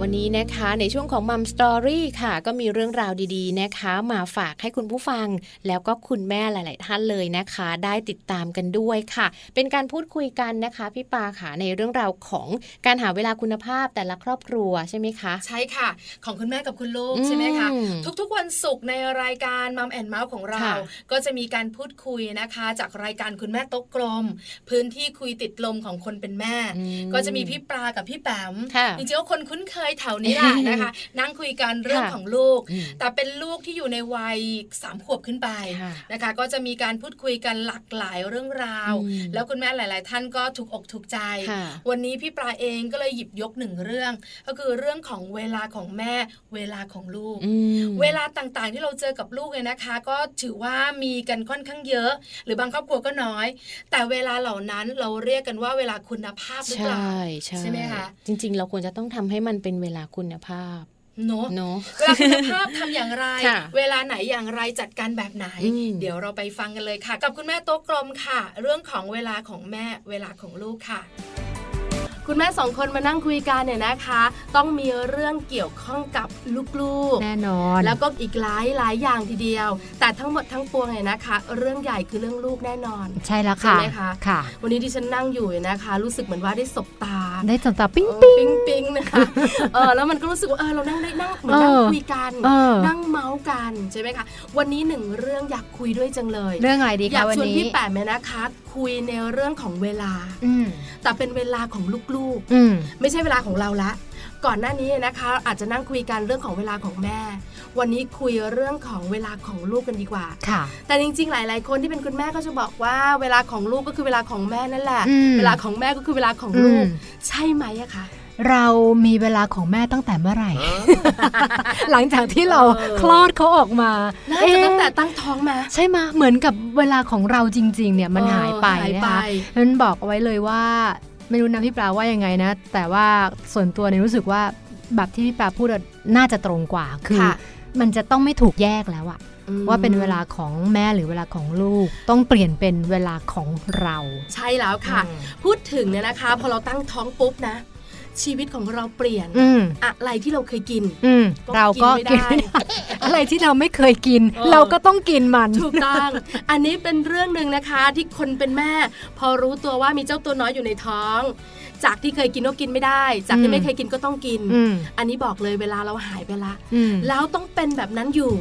วันนี้นะคะในช่วงของมัมสตอรี่ค่ะก็มีเรื่องราวดีๆนะคะมาฝากให้คุณผู้ฟังแล้วก็คุณแม่หลายๆท่านเลยนะคะได้ติดตามกันด้วยค่ะเป็นการพูดคุยกันนะคะพี่ปาค่ะในเรื่องราวของการหาเวลาคุณภาพแต่ละครอบครัวใช่ไหมคะใช่ค่ะของคุณแม่กับคุณลูกใช่ไหมคะทุกๆวันศุกร์ในรายการมัมแอนด์เมาส์ของเราก็จะมีการพูดคุยนะคะจากรายการคุณแม่โต๊ะกลมพื้นที่คุยติดลมของคนเป็นแม่ก็จะมีพี่ปลากับพี่แปมจริงๆก็คนคุ้นเคยแถวนี้แหละนะคะนั่งคุยกันเรื่องของลูกแต่เป็นลูกที่อยู่ในวัย3 ขวบขึ้นไปนะคะก็จะมีการพูดคุยกันหลากหลายเรื่องราวแล้วคุณแม่หลายๆท่านก็ถูกอกถูกใจวันนี้พี่ปลาเองก็เลยหยิบยก1 เรื่องก็คือเรื่องของเวลาของแม่เวลาของลูกเวลาต่างๆที่เราเจอกับลูกเนี่ยนะคะก็ถือว่ามีกันค่อนข้างเยอะหรือบางครอบครัวก็น้อยแต่เวลาเหล่านั้นเราเรียกกันว่าเวลาคุณภาพหรือเปล่าใช่ไหมคะจริงๆเราควรจะต้องทำให้มันเป็นเวลาคุณภาพเนาะเวลาคุณภาพทำอย่างไร เวลาไหนอย่างไรจัดการแบบไหนเดี๋ยวเราไปฟังกันเลยค่ะกับคุณแม่โต๊ะกลมค่ะเรื่องของเวลาของแม่เวลาของลูกค่ะคุณแม่2 คนมานั่งคุยกันเนี่ยนะคะต้องมีเรื่องเกี่ยวข้องกับลูกๆแน่นอนแล้วก็อีกหลายอย่างทีเดียวแต่ทั้งหมดทั้งปวงเนี่ยนะคะเรื่องใหญ่คือเรื่องลูกแน่นอนใช่แล้วค่ะใช่ไหมคะค่ะวันนี้ที่ฉันนั่งอยู่นะคะรู้สึกเหมือนว่าได้สบตาปิ๊งปิ๊งปิ๊งนะคะแล้วมันก็รู้สึกว่าเรานั่งเหมือนนั่งคุยกันนั่งเมาส์กันใช่ไหมคะวันนี้1 เรื่องอยากคุยด้วยจังเลยเรื่องอะไรดีคะวันนี้อยากชวนพี่แปมเนี่ยนะคะคุยในเรื่องของเวลาแต่เป็นเวลาของลูกๆไม่ใช่เวลาของเราละก่อนหน้านี้นะคะอาจจะนั่งคุยกันเรื่องของเวลาของแม่วันนี้คุยเรื่องของเวลาของลูกกันดีกว่าแต่จริงๆหลายๆคนที่เป็นคุณแม่ก็จะบอกว่าเวลาของลูกก็คือเวลาของแม่นั่นแหละเวลาของแม่ก็คือเวลาของลูกใช่ไหมอะคะเรามีเวลาของแม่ตั้งแต่เมื่อไหร่ หลังจากที่เราคลอดเขาออกมาน่าจะตั้งแต่ตั้งท้องมาใช่ไหมเหมือนกับเวลาของเราจริงๆเนี่ยมันหายไปนะคะมันบอกเอาไว้เลยว่าไม่รู้นะพี่ปลาว่ายังไงนะแต่ว่าส่วนตัวเนี่ยรู้สึกว่าแบบที่พี่ปลาพูดน่าจะตรงกว่าคือมันจะต้องไม่ถูกแยกแล้วอะว่าเป็นเวลาของแม่หรือเวลาของลูกต้องเปลี่ยนเป็นเวลาของเราใช่แล้วค่ะพูดถึงเนี่ยนะคะพอเราตั้งท้องปุ๊บนะชีวิตของเราเปลี่ยนอะไรที่เราเคยกินเราก็กินไม่ได้อะไรที่เราไม่เคยกินเราก็ต้องกินมันถูกต้องอันนี้เป็นเรื่องนึงนะคะที่คนเป็นแม่พอรู้ตัวว่ามีเจ้าตัวน้อยอยู่ในท้องจากที่เคยกินก็กินไม่ได้จากที่ไม่เคยกินก็ต้องกินอันนี้บอกเลยเวลาเราหายไปละแล้วต้องเป็นแบบนั้นอยู่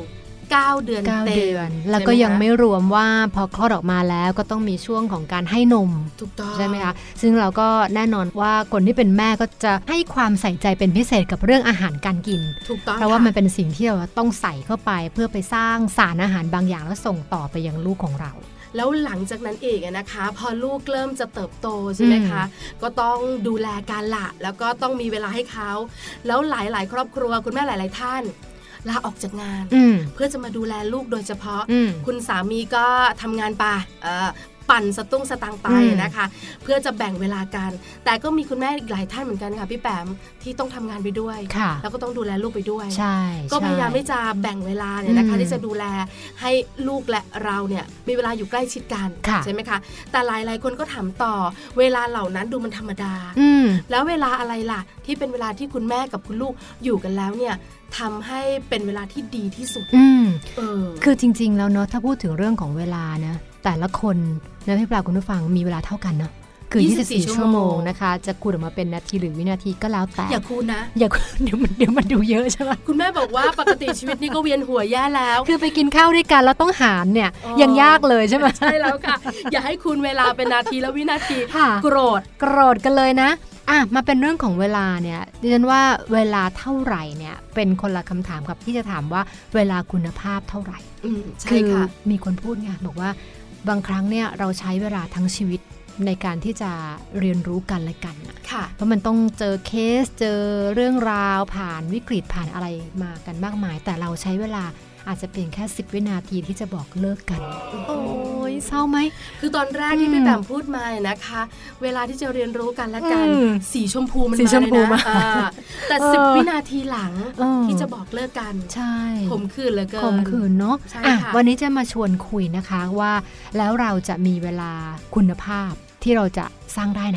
9 เดือนเต็มแล้วก็ยังไม่รวมว่าพอคลอดออกมาแล้วก็ต้องมีช่วงของการให้นมถูกต้องใช่ไหมคะซึ่งเราก็แน่นอนว่าคนที่เป็นแม่ก็จะให้ความใส่ใจเป็นพิเศษกับเรื่องอาหารการกินถูกต้องเพราะว่ามันเป็นสิ่งที่เราต้องใส่เข้าไปเพื่อไปสร้างสารอาหารบางอย่างแล้วส่งต่อไปยังลูกของเราแล้วหลังจากนั้นเองนะคะพอลูกเริ่มจะเติบโตใช่ไหมคะก็ต้องดูแลการละแล้วก็ต้องมีเวลาให้เขาแล้วหลายๆครอบครัวคุณแม่หลายๆท่านลาออกจากงานเพื่อจะมาดูแลลูกโดยเฉพาะคุณสามีก็ทำงานไปปั่นสตุ้งสตางค์ไปนะคะเพื่อจะแบ่งเวลากันแต่ก็มีคุณแม่อีกหลายท่านเหมือนกันค่ะพี่แปมที่ต้องทำงานไปด้วยแล้วก็ต้องดูแลลูกไปด้วยก็พยายามที่จะแบ่งเวลาเนี่ยนะคะที่จะดูแลให้ลูกและเราเนี่ยมีเวลาอยู่ใกล้ชิดกันใช่ไหมคะแต่หลายคนก็ถามต่อเวลาเหล่านั้นดูมันธรรมดาแล้วเวลาอะไรล่ะที่เป็นเวลาที่คุณแม่กับคุณลูกอยู่กันแล้วเนี่ยทำให้เป็นเวลาที่ดีที่สุดคือจริงๆแล้วเนาะถ้าพูดถึงเรื่องของเวลานะแต่ละคนนะพี่ปลาคุณผู้ฟังมีเวลาเท่ากันเนาะคือ24 ชั่วโมงนะคะจะคูณออกมาเป็นนาทีหรือวินาทีก็แล้วแต่อย่าคูณนะอย่าเดี๋ยวมันดูเยอะใช่ไหมคุณแม่บอกว่าปกติชีวิตนี้ก็เวียนหัวแย่แล้วคือไปกินข้าวด้วยกันแล้วต้องหารเนี่ยยังยากเลยใช่ไหมใช่แล้วค่ะอย่าให้คูณเวลาเป็นนาทีและวินาทีโกรธกันเลยนะมาเป็นเรื่องของเวลาเนี่ยดิฉันว่าเวลาเท่าไหร่เนี่ยเป็นคนละคำถามกับที่จะถามว่าเวลาคุณภาพเท่าไหร่คือมีคนพูดไงบอกว่าบางครั้งเนี่ยเราใช้เวลาทั้งชีวิตในการที่จะเรียนรู้กันและกันเพราะมันต้องเจอเคสเจอเรื่องราวผ่านวิกฤตผ่านอะไรมากันมากมายแต่เราใช้เวลาอาจจะเพียงแค่10 วินาทีที่จะบอกเลิกกันโอ้ยเศร้าไหมคือตอนแรกที่พี่แปมพูดมานะคะเวลาที่จะเรียนรู้กันและกันสีชมพูมันมาเลยนะแต่10 วินาทีหลังที่จะบอกเลิกกันใช่ขมขื่นเหลือเกินขมขื่นเนาะวันนี้จะมาชวนคุยนะคะว่าแล้วเราจะมีเวลาคุณภาพที่เราจะสร้างได้นะ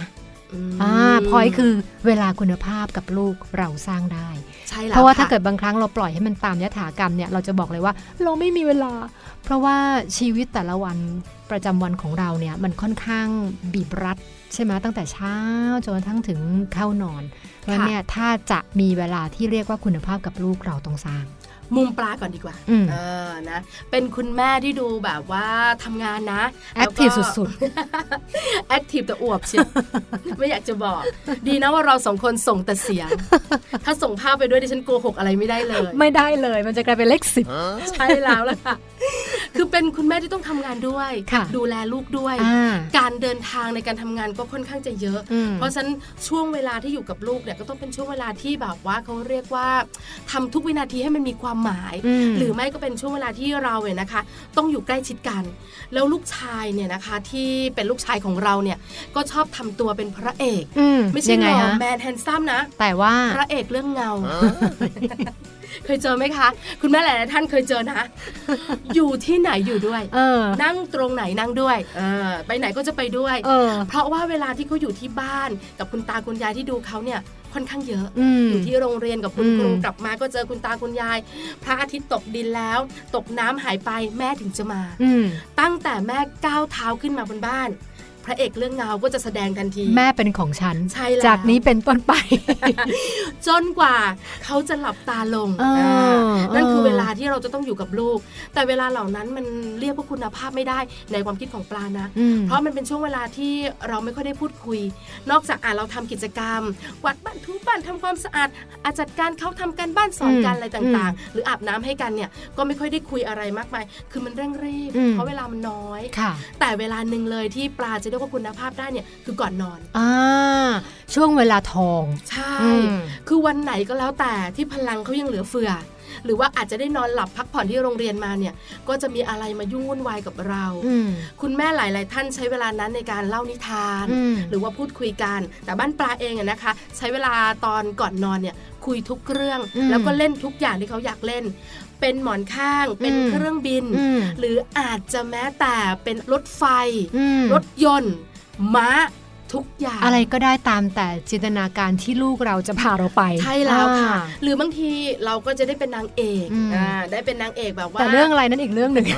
พอยคือเวลาคุณภาพกับลูกเราสร้างได้เพราะว่าถ้าเกิดบางครั้งเราปล่อยให้มันตามยถากรรมเนี่ยเราจะบอกเลยว่าเราไม่มีเวลาเพราะว่าชีวิตแต่ละวันประจำวันของเราเนี่ยมันค่อนข้างบีบรัดใช่ไหมตั้งแต่เช้าจนกระทั่งถึงเข้านอนเพราะเนี่ยถ้าจะมีเวลาที่เรียกว่าคุณภาพกับลูกเราต้องสร้างมุมปลาก่อนดีกว่านะเป็นคุณแม่ที่ดูแบบว่าทำงานนะแอคทีฟสุดๆแอคทีฟแต่อวบเชียวไม่อยากจะบอกดีนะว่าเรา2คนส่งแต่เสียงถ้าส่งภาพไปด้วยดิฉันโกหกอะไรไม่ได้เลยไม่ได้เลยมันจะกลายเป็นเลข10 ใช่แล้วล่ะค่ะคือเป็นคุณแม่ที่ต้องทำงานด้วยดูแลลูกด้วยการเดินทางในการทำงานก็ค่อนข้างจะเยอะเพราะฉะนั้นช่วงเวลาที่อยู่กับลูกเนี่ยก็ต้องเป็นช่วงเวลาที่แบบว่าเขาเรียกว่าทำทุกวินาทีให้มันมีความหมายหรือไม่ก็เป็นช่วงเวลาที่เราเนี่ยนะคะต้องอยู่ใกล้ชิดกันแล้วลูกชายเนี่ยนะคะที่เป็นลูกชายของเราเนี่ยก็ชอบทำตัวเป็นพระเอกไม่ใช่หล่อแมนแฮนซัมนะแต่ว่าพระเอกเรื่องเงาเคยเจอไหมคะคุณแม่หลายท่านเคยเจอนะอยู่ที่ไหนอยู่ด้วยนั่งตรงไหนนั่งด้วยไปไหนก็จะไปด้วยเพราะว่าเวลาที่เขาอยู่ที่บ้านกับคุณตาคุณยายที่ดูเขาเนี่ยค่อนข้างเยอะอยู่ที่โรงเรียนกับคุณครูกลับมาก็เจอคุณตาคุณยายพระอาทิตย์ตกดินแล้วตกน้ำหายไปแม่ถึงจะมาตั้งแต่แม่ก้าวเท้าขึ้นมาบนบ้านพระเอกเรื่องเงาก็จะแสดงทันทีแม่เป็นของฉันใช่แล้วจากนี้เป็นต้นไปจนกว่าเขาจะหลับตาลงนั่นคือเวลาที่เราจะต้องอยู่กับลูกแต่เวลาเหล่านั้นมันเรียกว่าคุณภาพไม่ได้ในความคิดของปลานะเพราะมันเป็นช่วงเวลาที่เราไม่ค่อยได้พูดคุยนอกจากเราทำกิจกรรมกวาดบ้านถูบ้านทำความสะอาดจัดการเขาทำการบ้านสอนกันอะไรต่างๆหรืออาบน้ำให้กันเนี่ยก็ไม่ค่อยได้คุยอะไรมากมายคือมันเร่งรีบเพราะเวลามันน้อยแต่เวลานึงเลยที่ปลาจะเรียกว่าคุณภาพได้เนี่ยคือก่อนนอนช่วงเวลาทองใช่คือวันไหนก็แล้วแต่ที่พลังเขายังเหลือเฟือหรือว่าอาจจะได้นอนหลับพักผ่อนที่โรงเรียนมาเนี่ยก็จะมีอะไรมายุ่งวุ่นวายกับเราคุณแม่หลายๆท่านใช้เวลานั้นในการเล่านิทานหรือว่าพูดคุยกันแต่บ้านปลาเองนะคะใช้เวลาตอนก่อนนอนเนี่ยคุยทุกเรื่องแล้วก็เล่นทุกอย่างที่เขาอยากเล่นเป็นหมอนข้างเป็นเครื่องบินหรืออาจจะแม้แต่เป็นรถไฟรถยนต์ม้าทุกอย่างอะไรก็ได้ตามแต่จินตนาการที่ลูกเราจะพาเราไปใช่แล้วค่ะหรือบางทีเราก็จะได้เป็นนางเอกได้เป็นนางเอกแบบว่าแต่เรื่องอะไรนั้นอีกเรื่องหนึ่ง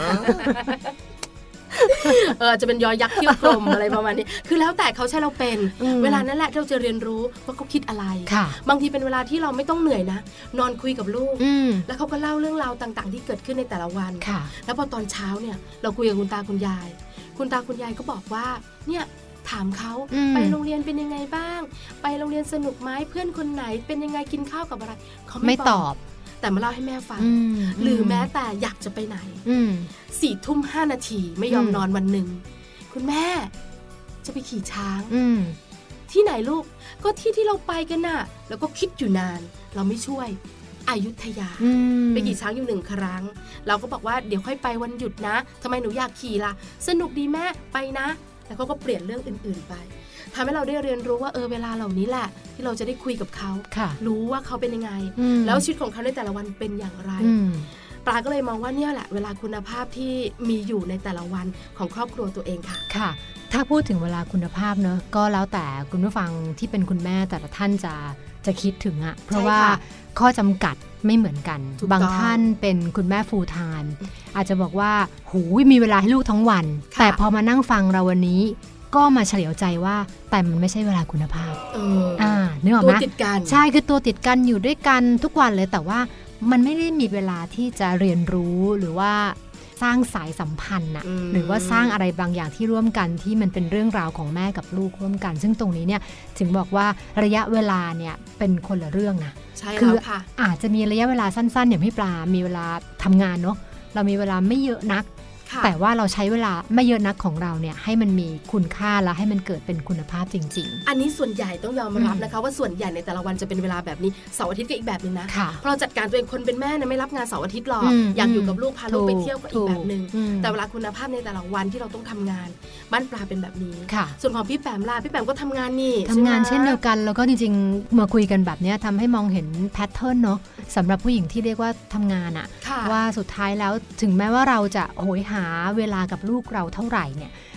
จะเป็นยอยักษ์เขี้ยวกลม อะไรประมาณนี้คือแล้วแต่เขาใช้เราเป็นเวลานั้นแหละเราจะเรียนรู้ว่าเขาคิดอะไรบางทีเป็นเวลาที่เราไม่ต้องเหนื่อยนะนอนคุยกับลูกแล้วเขาก็เล่าเรื่องราวต่างๆที่เกิดขึ้นในแต่ละวันแล้วพอตอนเช้าเนี่ยเราคุยกับคุณตาคุณยายก็บอกว่าเนี่ยถามเขาไปโรงเรียนเป็นยังไงบ้างไปโรงเรียนสนุกไหมเพื่อนคนไหนเป็นยังไงกินข้าวกับอะไรเขาไม่ตอบแต่มาเล่าให้แม่ฟังหรือแม้แต่อยากจะไปไหน4:05 นาทีไม่ยอมนอนวันหนึ่งคุณแม่จะไปขี่ช้างที่ไหนลูกก็ที่เราไปกันน่ะแล้วก็คิดอยู่นานเราไม่ช่วยอยุธยาไปขี่ช้างอยู่1 ครั้งเราก็บอกว่าเดี๋ยวค่อยไปวันหยุดนะทำไมหนูอยากขี่ล่ะสนุกดีแม่ไปนะแล้วเขาก็เปลี่ยนเรื่องอื่นๆไปทำให้เราได้เรียนรู้ว่าเวลาเหล่านี้แหละที่เราจะได้คุยกับเขารู้ว่าเขาเป็นยังไงแล้วชีวิตของเขาในแต่ละวันเป็นอย่างไรปลาก็เลยมองว่าเนี่ยแหละเวลาคุณภาพที่มีอยู่ในแต่ละวันของครอบครัวตัวเองค่ะค่ะถ้าพูดถึงเวลาคุณภาพเนอะก็แล้วแต่คุณผู้ฟังที่เป็นคุณแม่แต่ละท่านจะคิดถึงอะเพราะว่าข้อจำกัดไม่เหมือนกันบางท่านเป็นคุณแม่ฟูลไทม์อาจจะบอกว่าหูมีเวลาให้ลูกทั้งวันแต่พอมานั่งฟังเราวันนี้ก็มาเฉลียวใจว่าแต่มันไม่ใช่เวลาคุณภาพนึกออกไหมตัวติดกันใช่คือตัวติดกันอยู่ด้วยกันทุกวันเลยแต่ว่ามันไม่ได้มีเวลาที่จะเรียนรู้หรือว่าสร้างสายสัมพันธ์หรือว่าสร้างอะไรบางอย่างที่ร่วมกันที่มันเป็นเรื่องราวของแม่กับลูกร่วมกันซึ่งตรงนี้เนี่ยถึงบอกว่าระยะเวลาเนี่ยเป็นคนละเรื่องนะคืออาจจะมีระยะเวลาสั้นๆอย่างพี่ปลามีเวลาทำงานเนาะเรามีเวลาไม่เยอะนักแต่ว่าเราใช้เวลาไม่เยอะนักของเราเนี่ยให้มันมีคุณค่าและให้มันเกิดเป็นคุณภาพจริงๆอันนี้ส่วนใหญ่ต้องยอมรับนะคะว่าส่วนใหญ่ในแต่ละวันจะเป็นเวลาแบบนี้เสาร์อาทิตย์ก็อีกแบบนึงนะเพราะเราจัดการตัวเองคนเป็นแม่นะไม่รับงานเสาร์อาทิตย์หรอกอยากอยู่กับลูกพาลูกไปเที่ยวก็อีกแบบนึงแต่เวลาคุณภาพในแต่ละวันที่เราต้องทำงานบ้านปลาเป็นแบบนี้ส่วนของพี่แปมล่ะพี่แปมก็ทำงานนี่ทำงานเช่นเดียวกันแล้วก็จริงๆมาคุยกันแบบนี้ทำให้มองเห็นแพทเทิร์นเนาะสำหรับผู้หญิงที่เรียกว่าทำงานอะว่าสุดท้ายแล้วถึงแม้ว่าเราจะโหยหาเวลากับลูกเราเท่าไหร่เนี่ย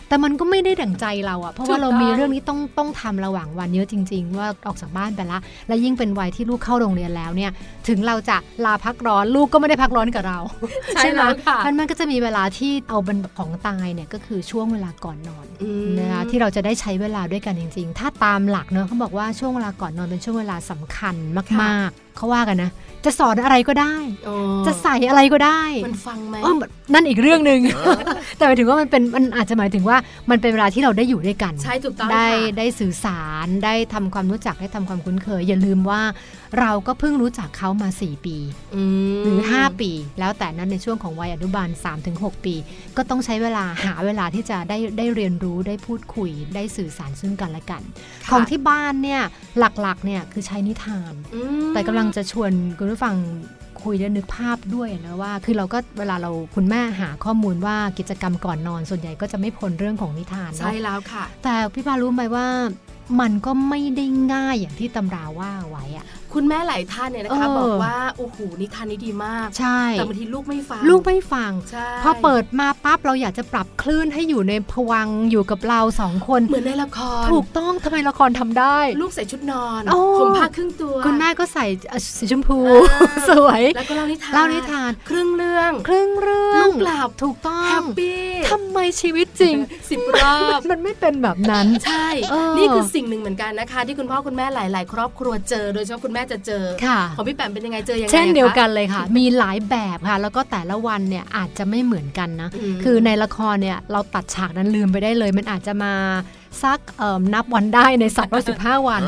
แต่มันก็ไม่ได้ดั่งใจเราอะเพราะว่าเรามีเรื่องนี้ต้องทำระหว่างวันเยอะจริงๆว่าออกจากบ้านไปละและยิ่งเป็นวัยที่ลูกเข้าโรงเรียนแล้วเนี่ยถึงเราจะลาพักร้อนลูกก็ไม่ได้พักร้อนกับเราใช่ไหมมันก็จะมีเวลาที่เอาเป็นของตายเนี่ยก็คือช่วงเวลาก่อนนอนนะคะที่เราจะได้ใช้เวลาด้วยกันจริงๆถ้าตามหลักเนอะเขาบอกว่าช่วงเวลาก่อนนอนเป็นช่วงเวลาสำคัญมากๆเขาว่ากันนะจะสอนอะไรก็ได้จะใส่อะไรก็ได้มันฟังไหมนั่นอีกเรื่องนึง แต่หมายถึงว่ามันอาจจะหมายถึงว่ามันเป็นเวลาที่เราได้อยู่ด้วยกันใช่ถูกต้องได้สื่อสารได้ทำความรู้จักได้ทำความคุ้นเคยอย่าลืมว่าเราก็เพิ่งรู้จักเขามา4 ปีหรือ5 ปีแล้วแต่นั้นในช่วงของวัยอนุบาล 3-6 ปีก็ต้องใช้เวลาหาเวลาที่จะได้เรียนรู้ได้พูดคุยได้สื่อสารซึ่งกันและกันของที่บ้านเนี่ยหลักๆเนี่ยคือใช้นิทานแต่กำลังจะชวนคุณผู้ฟังคุยและนึกภาพด้วยนะว่าคือเราก็เวลาเราคุณแม่หาข้อมูลว่ากิจกรรมก่อนนอนส่วนใหญ่ก็จะไม่พ้นเรื่องของนิทานเนาะใช่แล้วค่ะแต่พี่ปารู้ไหมว่ามันก็ไม่ได้ง่ายอย่างที่ตำราว่าไว้อะคุณแม่หลายท่านเนี่ยนะคะบอกว่าโอ้โหนิทานนี้ดีมากใช่แต่บางทีลูกไม่ฟังพอเปิดมาปั๊บเราอยากจะปรับคลื่นให้อยู่ในภวังค์อยู่กับเรา2 คนเหมือนในละครถูกต้องทำไมละครทำได้ลูกใส่ชุดนอนผมผ้าครึ่งตัวคุณแม่ก็ใส่สีชมพูสวยแล้วก็เล่านิทานครึ่งเรื่องลูกหลับถูกต้องแฮปปี้ทำไมชีวิตจริง 10 รอบมันไม่เป็นแบบนั้นใช่นี่คือสิ่งหนึ่งเหมือนกันนะคะที่คุณพ่อคุณแม่หลายๆครอบครัวเจอโดยเฉพาะคุณแม่จะเจอของพี่แปมเป็นยังไงเจอยังไงเช่นเดียวกันเลยค่ะมีหลายแบบค่ะแล้วก็แต่ละวันเนี่ยอาจจะไม่เหมือนกันนะคือในละครเนี่ยเราตัดฉากนั้นลืมไปได้เลยมันอาจจะมาสักนับวันได้ใน315 วัน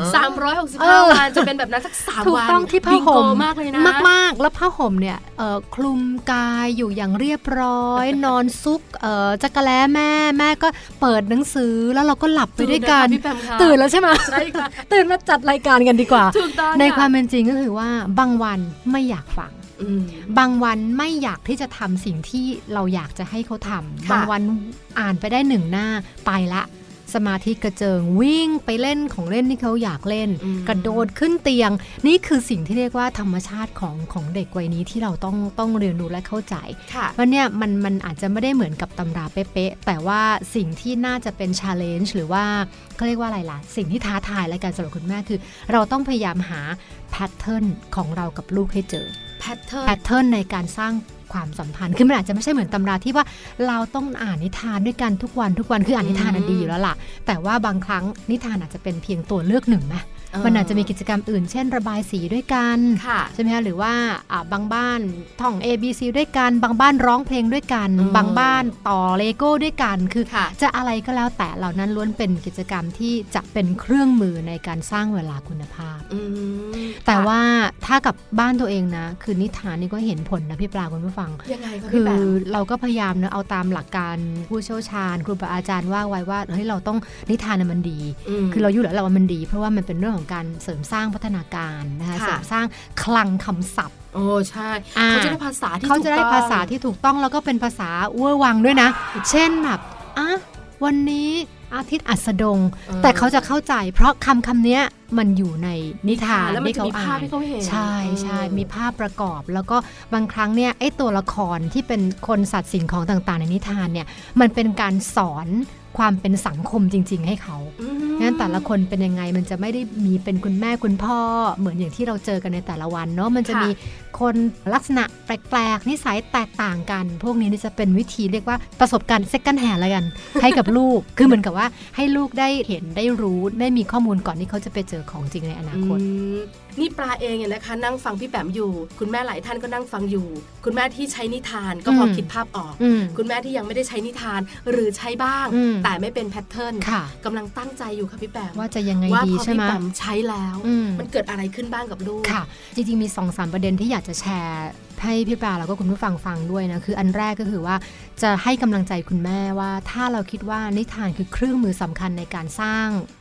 365 วันจะเป็นแบบนั้นสัก3 วันถูกต้องที่ผ้าห่มมากเลยนะมากๆแล้วผ้าห่มเนี่ยคลุมกายอยู่อย่างเรียบร้อยนอนซุกจักรแล้แม่ก็เปิดหนังสือแล้วเราก็หลับไปด้วยกันตื่นแล้วใช่ไหมใช่ค่ะตื่นมาจัดรายการกันดีกว่าในความเป็นจริงก็คือว่าบางวันไม่อยากฟังบางวันไม่อยากที่จะทำสิ่งที่เราอยากจะให้เขาทำบางวันอ่านไปได้1 หน้าไปละสมาธิกระเจิงวิ่งไปเล่นของเล่นที่เขาอยากเล่นกระโดดขึ้นเตียงนี่คือสิ่งที่เรียกว่าธรรมชาติของเด็กวัยนี้ที่เราต้องเรียนรู้และเข้าใจว่าเนี่ยมันอาจจะไม่ได้เหมือนกับตำราเป๊ะๆแต่ว่าสิ่งที่น่าจะเป็น challenge หรือว่าเขาเรียกว่าอะไรล่ะสิ่งที่ท้าทายและการสำหรับคุณแม่คือเราต้องพยายามหาแพทเทิร์นของเรากับลูกให้เจอแพทเทิร์นในการสร้างความสัมพันธ์คือมันอาจจะไม่ใช่เหมือนตำราที่ว่าเราต้องอ่านนิทานด้วยกันทุกวันคืออ่านนิทานดีอยู่แล้วล่ะแต่ว่าบางครั้งนิทานอาจจะเป็นเพียงตัวเลือกหนึ่งไหมมันอาจจะมีกิจกรรมอื่นเช่นระบายสีด้วยกันใช่ไหมคะหรือว่าบางบ้านท่อง ABC ด้วยกันบางบ้านร้องเพลงด้วยกันบางบ้านต่อเลโก้ด้วยกันคือจะอะไรก็แล้วแต่เหล่านั้นล้วนเป็นกิจกรรมที่จะเป็นเครื่องมือในการสร้างเวลาคุณภาพแต่ว่าถ้ากับบ้านตัวเองนะคือนิทานนี่ก็เห็นผลนะพี่ปลาคุณผู้ฟังยังไงคะพี่แปมคือเราก็พยายามนะเอาตามหลักการผู้เชี่ยวชาญครูบาอาจารย์ว่าไว้ว่าเฮ้ยเราต้องนิทานมันดีคือเราอยู่แล้วเราว่ามันดีเพราะว่ามันเป็นเรื่องของการเสริมสร้างพัฒนาการนะคะเสริมสร้างคลังคำศัพท์โอ้ใช่เขาจะได้ภาษาที่ถูกต้องแล้วก็เป็นภาษาเวอร์วังด้วยนะเช่นแบบวันนี้อาทิตย์อัสดงแต่เขาจะเข้าใจเพราะคำนี้มันอยู่ในนิทานที่เขาอ่านใช่มีภาพประกอบแล้วก็บางครั้งเนี่ยไอ้ตัวละครที่เป็นคนสัตว์สิ่งของต่างๆในนิทานเนี่ยมันเป็นการสอนความเป็นสังคมจริงๆให้เขางั้นแต่ละคนเป็นยังไงมันจะไม่ได้มีเป็นคุณแม่คุณพ่อเหมือนอย่างที่เราเจอกันในแต่ละวันเนาะมันจะมีคนลักษณะแปลกๆนิสัยแตกต่างกันพวกนี้จะเป็นวิธีเรียกว่าประสบการณ์ second hand ละกันให้กับลูก คือเหมือนกับว่าให้ลูกได้เห็นได้รู้ได้มีข้อมูลก่อนที่เขาจะไปเจอของจริงในอนาคตนี่ปลาเองเนี่ยนะคะนั่งฟังพี่แปมอยู่คุณแม่หลายท่านก็นั่งฟังอยู่คุณแม่ที่ใช้นิทานก็พอคิดภาพออกคุณแม่ที่ยังไม่ได้ใช้นิทานหรือใช้บ้างแต่ไม่เป็นแพทเทิร์นกำลังตั้งใจอยู่ค่ะพี่แปมว่าจะยังไงดีใช่ไหมว่าพอพี่แปมใช้แล้วมันเกิดอะไรขึ้นบ้างกับลูกค่ะจริงๆมี 2-3 ประเด็นที่อยากจะแชร์ให้พี่ปลาแล้วก็คุณผู้ฟังฟังด้วยนะคืออันแรกก็คือว่าจะให้กำลังใจคุณแม่ว่าถ้าเราคิดว่านิทานคือเครื่องมือสำคัญในการสร้างค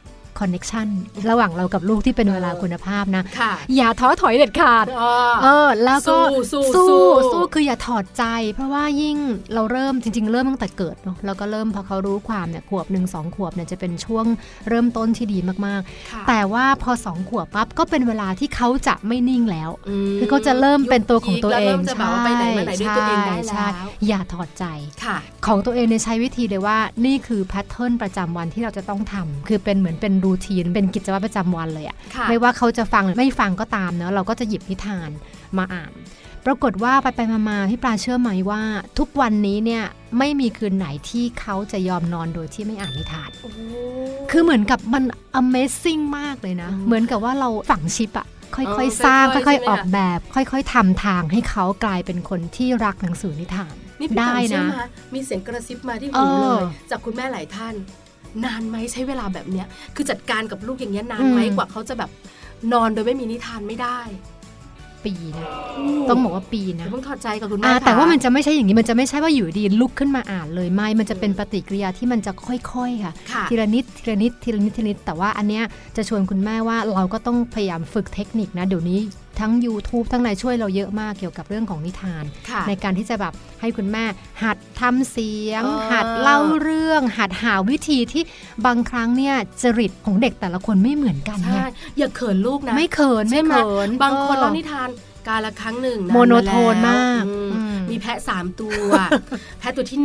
คอนเนคชั่นระหว่างเรากับลูกที่เป็นเวลาคุณภาพนะอย่าท้อถอยเด็ดขาดแล้วก็สู้คืออย่าถอดใจเพราะว่ายิ่งเราเริ่มจริงๆเริ่มตั้งแต่เกิดเนาะแล้วก็เริ่มพอเขารู้ความเนี่ยขวบ1 2 ขวบเนี่ยจะเป็นช่วงเริ่มต้นที่ดีมากๆแต่ว่าพอ2 ขวบปั๊บก็เป็นเวลาที่เขาจะไม่นิ่งแล้วคือเขาจะเริ่มเป็นตัวของตัวเองจะแบบว่าไปไหนมาไหนด้วยตัวเองได้แล้วอย่าถอดใจของตัวเองเนี่ยใช้วิธีเลยว่านี่คือแพทเทิร์นประจำวันที่เราจะต้องทำคือเป็นเหมือนเป็นรูทีนเป็นกิจวัตรประจำวันเลยอะไม่ว่าเขาจะฟังหรือไม่ฟังก็ตามเนาะเราก็จะหยิบนิทานมาอ่านปรากฏว่าไปมาพี่ปลาเชื่อไหมว่าทุกวันนี้เนี่ยไม่มีคืนไหนที่เขาจะยอมนอนโดยที่ไม่อ่านนิทานคือเหมือนกับมัน Amazing มากเลยนะเหมือนกับว่าเราฝังชิปอะค่อยๆสร้างค่อยๆออกแบบค่อยๆทำทางให้เขากลายเป็นคนที่รักหนังสือนิทานได้นะมีเสียงกระซิบมาที่หูเลยจากคุณแม่หลายท่านนานไหมใช้เวลาแบบเนี้ยคือจัดการกับลูกอย่างเงี้ยนานไหมกว่าเขาจะแบบนอนโดยไม่มีนิทานไม่ได้ปีนะต้องบอกว่าปีนะต้องถอดใจกับคุณแม่แต่ว่ามันจะไม่ใช่อย่างนี้มันจะไม่ใช่ว่าอยู่ดีลุกขึ้นมาอ่านเลยไม่มันจะเป็นปฏิกิริยาที่มันจะค่อยๆค่ะทีละนิดทีละนิดทีละนิดทีละนิดแต่ว่าอันเนี้ยจะชวนคุณแม่ว่าเราก็ต้องพยายามฝึกเทคนิคนะเดี๋ยวนี้ทั้ง YouTube ทั้งไหนช่วยเราเยอะมากเกี่ยวกับเรื่องของนิทานในการที่จะแบบให้คุณแม่หัดทำเสียงหัดเล่าเรื่องหัดหาวิธีที่บางครั้งเนี่ยจริตของเด็กแต่ละคนไม่เหมือนกันเนี่ยอย่าเขินลูกนะไม่เขินไม่เขินบางคนเล่านิทานกาละครั้งหนึ่งโมโนโทนมากมีแพะ3 ตัวแพะตัวที่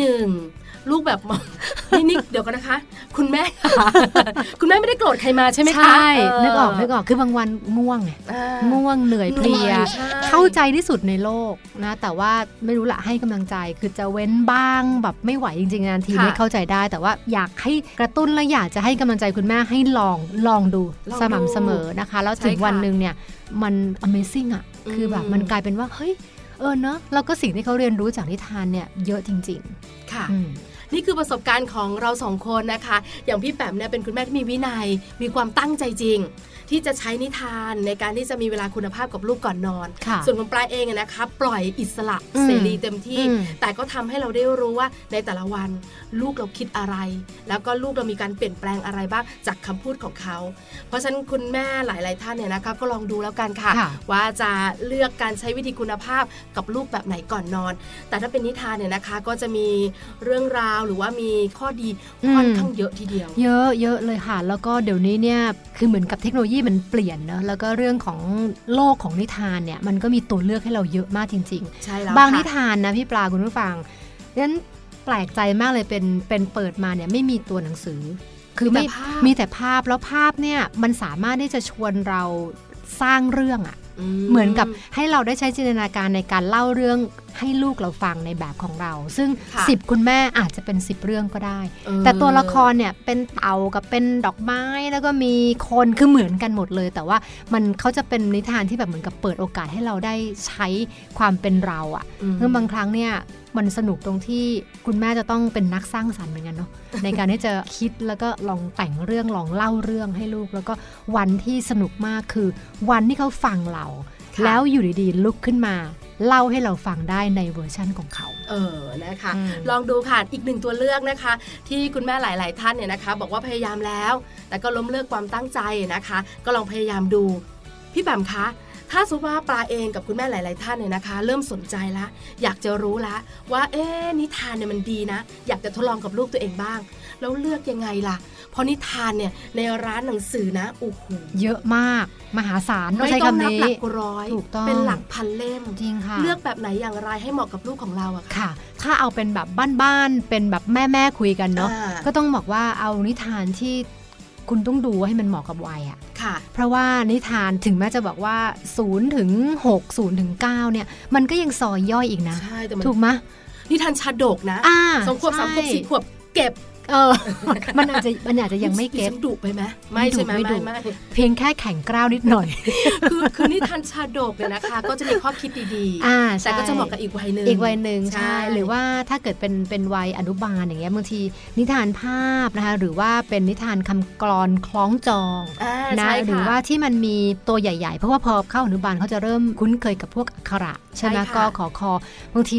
1ลูกแบบนี่เดี๋ยวกันนะคะคุณแม่คุณแม่ไม่ได้โกรธใครมาใช่ไหมคะใช่นึกออกคือบางวันง่วงเหนื่อยเพลียเข้าใจที่สุดในโลกนะแต่ว่าไม่รู้ละให้กำลังใจคือจะเว้นบ้างแบบไม่ไหวจริงๆงานทีไม่เข้าใจได้แต่ว่าอยากให้กระตุ้นและอยากจะให้กำลังใจคุณแม่ให้ลองดูสม่ำเสมอนะคะแล้วถึงวันนึงเนี่ยมัน Amazing อ่ะคือแบบมันกลายเป็นว่าเฮ้ยเนอะแล้วก็สิ่งที่เขาเรียนรู้จากนิทานเนี่ยเยอะจริงๆค่ะนี่คือประสบการณ์ของเรา2 คนนะคะอย่างพี่แปมเนี่ยเป็นคุณแม่ที่มีวินัยมีความตั้งใจจริงที่จะใช้นิทานในการที่จะมีเวลาคุณภาพกับลูกก่อนนอนส่วนของปลาเองนะคะปล่อยอิสระเสรีเต็มที่แต่ก็ทำให้เราได้รู้ว่าในแต่ละวันลูกเราคิดอะไรแล้วก็ลูกเรามีการเปลี่ยนแปลงอะไรบ้างจากคำพูดของเขาเพราะฉะนั้นคุณแม่หลายๆท่านเนี่ยนะคะก็ลองดูแล้วกันค่ะว่าจะเลือกการใช้วิธีคุณภาพกับลูกแบบไหนก่อนนอนแต่ถ้าเป็นนิทานเนี่ยนะคะก็จะมีเรื่องราวหรือว่ามีข้อดีค่อนข้างเยอะทีเดียวเยอะเลยค่ะแล้วก็เดี๋ยวนี้เนี่ยคือเหมือนกับเทคโนโลยีมันเปลี่ยนนะแล้วก็เรื่องของโลกของนิทานเนี่ยมันก็มีตัวเลือกให้เราเยอะมากจริงๆใช่แล้วบางนิทานนะพี่ปลาคุณผู้ฟังงั้นแปลกใจมากเลยเป็นเปิดมาเนี่ยไม่มีตัวหนังสือคือไม่มีแต่ภาพแล้วภาพเนี่ยมันสามารถที่จะชวนเราสร้างเรื่องอะเหมือนกับให้เราได้ใช้จินตนาการในการเล่าเรื่องให้ลูกเราฟังในแบบของเราซึ่ง10คุณแม่อาจจะเป็น10เรื่องก็ได้แต่ตัวละครเนี่ยเป็นเต่ากับเป็นดอกไม้แล้วก็มีคนคือเหมือนกันหมดเลยแต่ว่าเขาจะเป็นนิทานที่แบบเหมือนกับเปิดโอกาสให้เราได้ใช้ความเป็นเราอ่ะเพราะบางครั้งเนี่ยมันสนุกตรงที่คุณแม่จะต้องเป็นนักสร้างสรรค์เหมือนกันเนาะในการที่จะคิดแล้วก็ลองแต่งเรื่องลองเล่าเรื่องให้ลูกแล้วก็วันที่สนุกมากคือวันที่เขาฟังเราแล้วอยู่ดีๆลุกขึ้นมาเล่าให้เราฟังได้ในเวอร์ชั่นของเขานะคะลองดูค่ะอีก1ตัวเลือกนะคะที่คุณแม่หลายๆท่านเนี่ยนะคะบอกว่าพยายามแล้วแต่ก็ล้มเลิกความตั้งใจนะคะก็ลองพยายามดูพี่แบมคะถ้าสมมติว่าปลาเองกับคุณแม่หลายๆท่านเนี่ยนะคะเริ่มสนใจแล้วอยากจะรู้แล้วว่านิทานเนี่ยมันดีนะอยากจะทดลองกับลูกตัวเองบ้างแล้วเลือกยังไงล่ะเพราะนิทานเนี่ยในร้านหนังสือนะโอ้โหเยอะมากมหาศาลไม่ต้องนับหลักร้อยเป็นหลักพันเล่มจริงค่ะเลือกแบบไหนอย่างไรให้เหมาะกับลูกของเราอะค่ะถ้าเอาเป็นแบบบ้านๆเป็นแบบแม่คุยกันเนาะก็ต้องบอกว่าเอานิทานที่คุณต้องดูให้มันเหมาะกับวัยอ่ะเพราะว่านิทานถึงแม้จะบอกว่า0 ถึง 6 0 ถึง 9เนี่ยมันก็ยังซอยย่อยอีกนะถูกไหมนิทานชาดกนะ2 ขวบ 3 ขวบ 4 ขวบเก็บมันอาจจะยังไม่เก็บดุไปไหมไม่ใช่ไหมไม่เพียงแค่แข่งกล้าวนิดหน่อยคือนิทานชาดกเนี่ยนะคะก็จะมีข้อคิดดีๆแต่ก็จะเหมาะกับอีกวัยนึงใช่หรือว่าถ้าเกิดเป็นวัยอนุบาลอย่างเงี้ยบางทีนิทานภาพนะคะหรือว่าเป็นนิทานคำกลอนคล้องจองนะหรือว่าที่มันมีตัวใหญ่ๆเพราะว่าพอเข้าอนุบาลเขาจะเริ่มคุ้นเคยกับพวกอักขระใช่ไหมก็ขอคอบางทีเนี่ย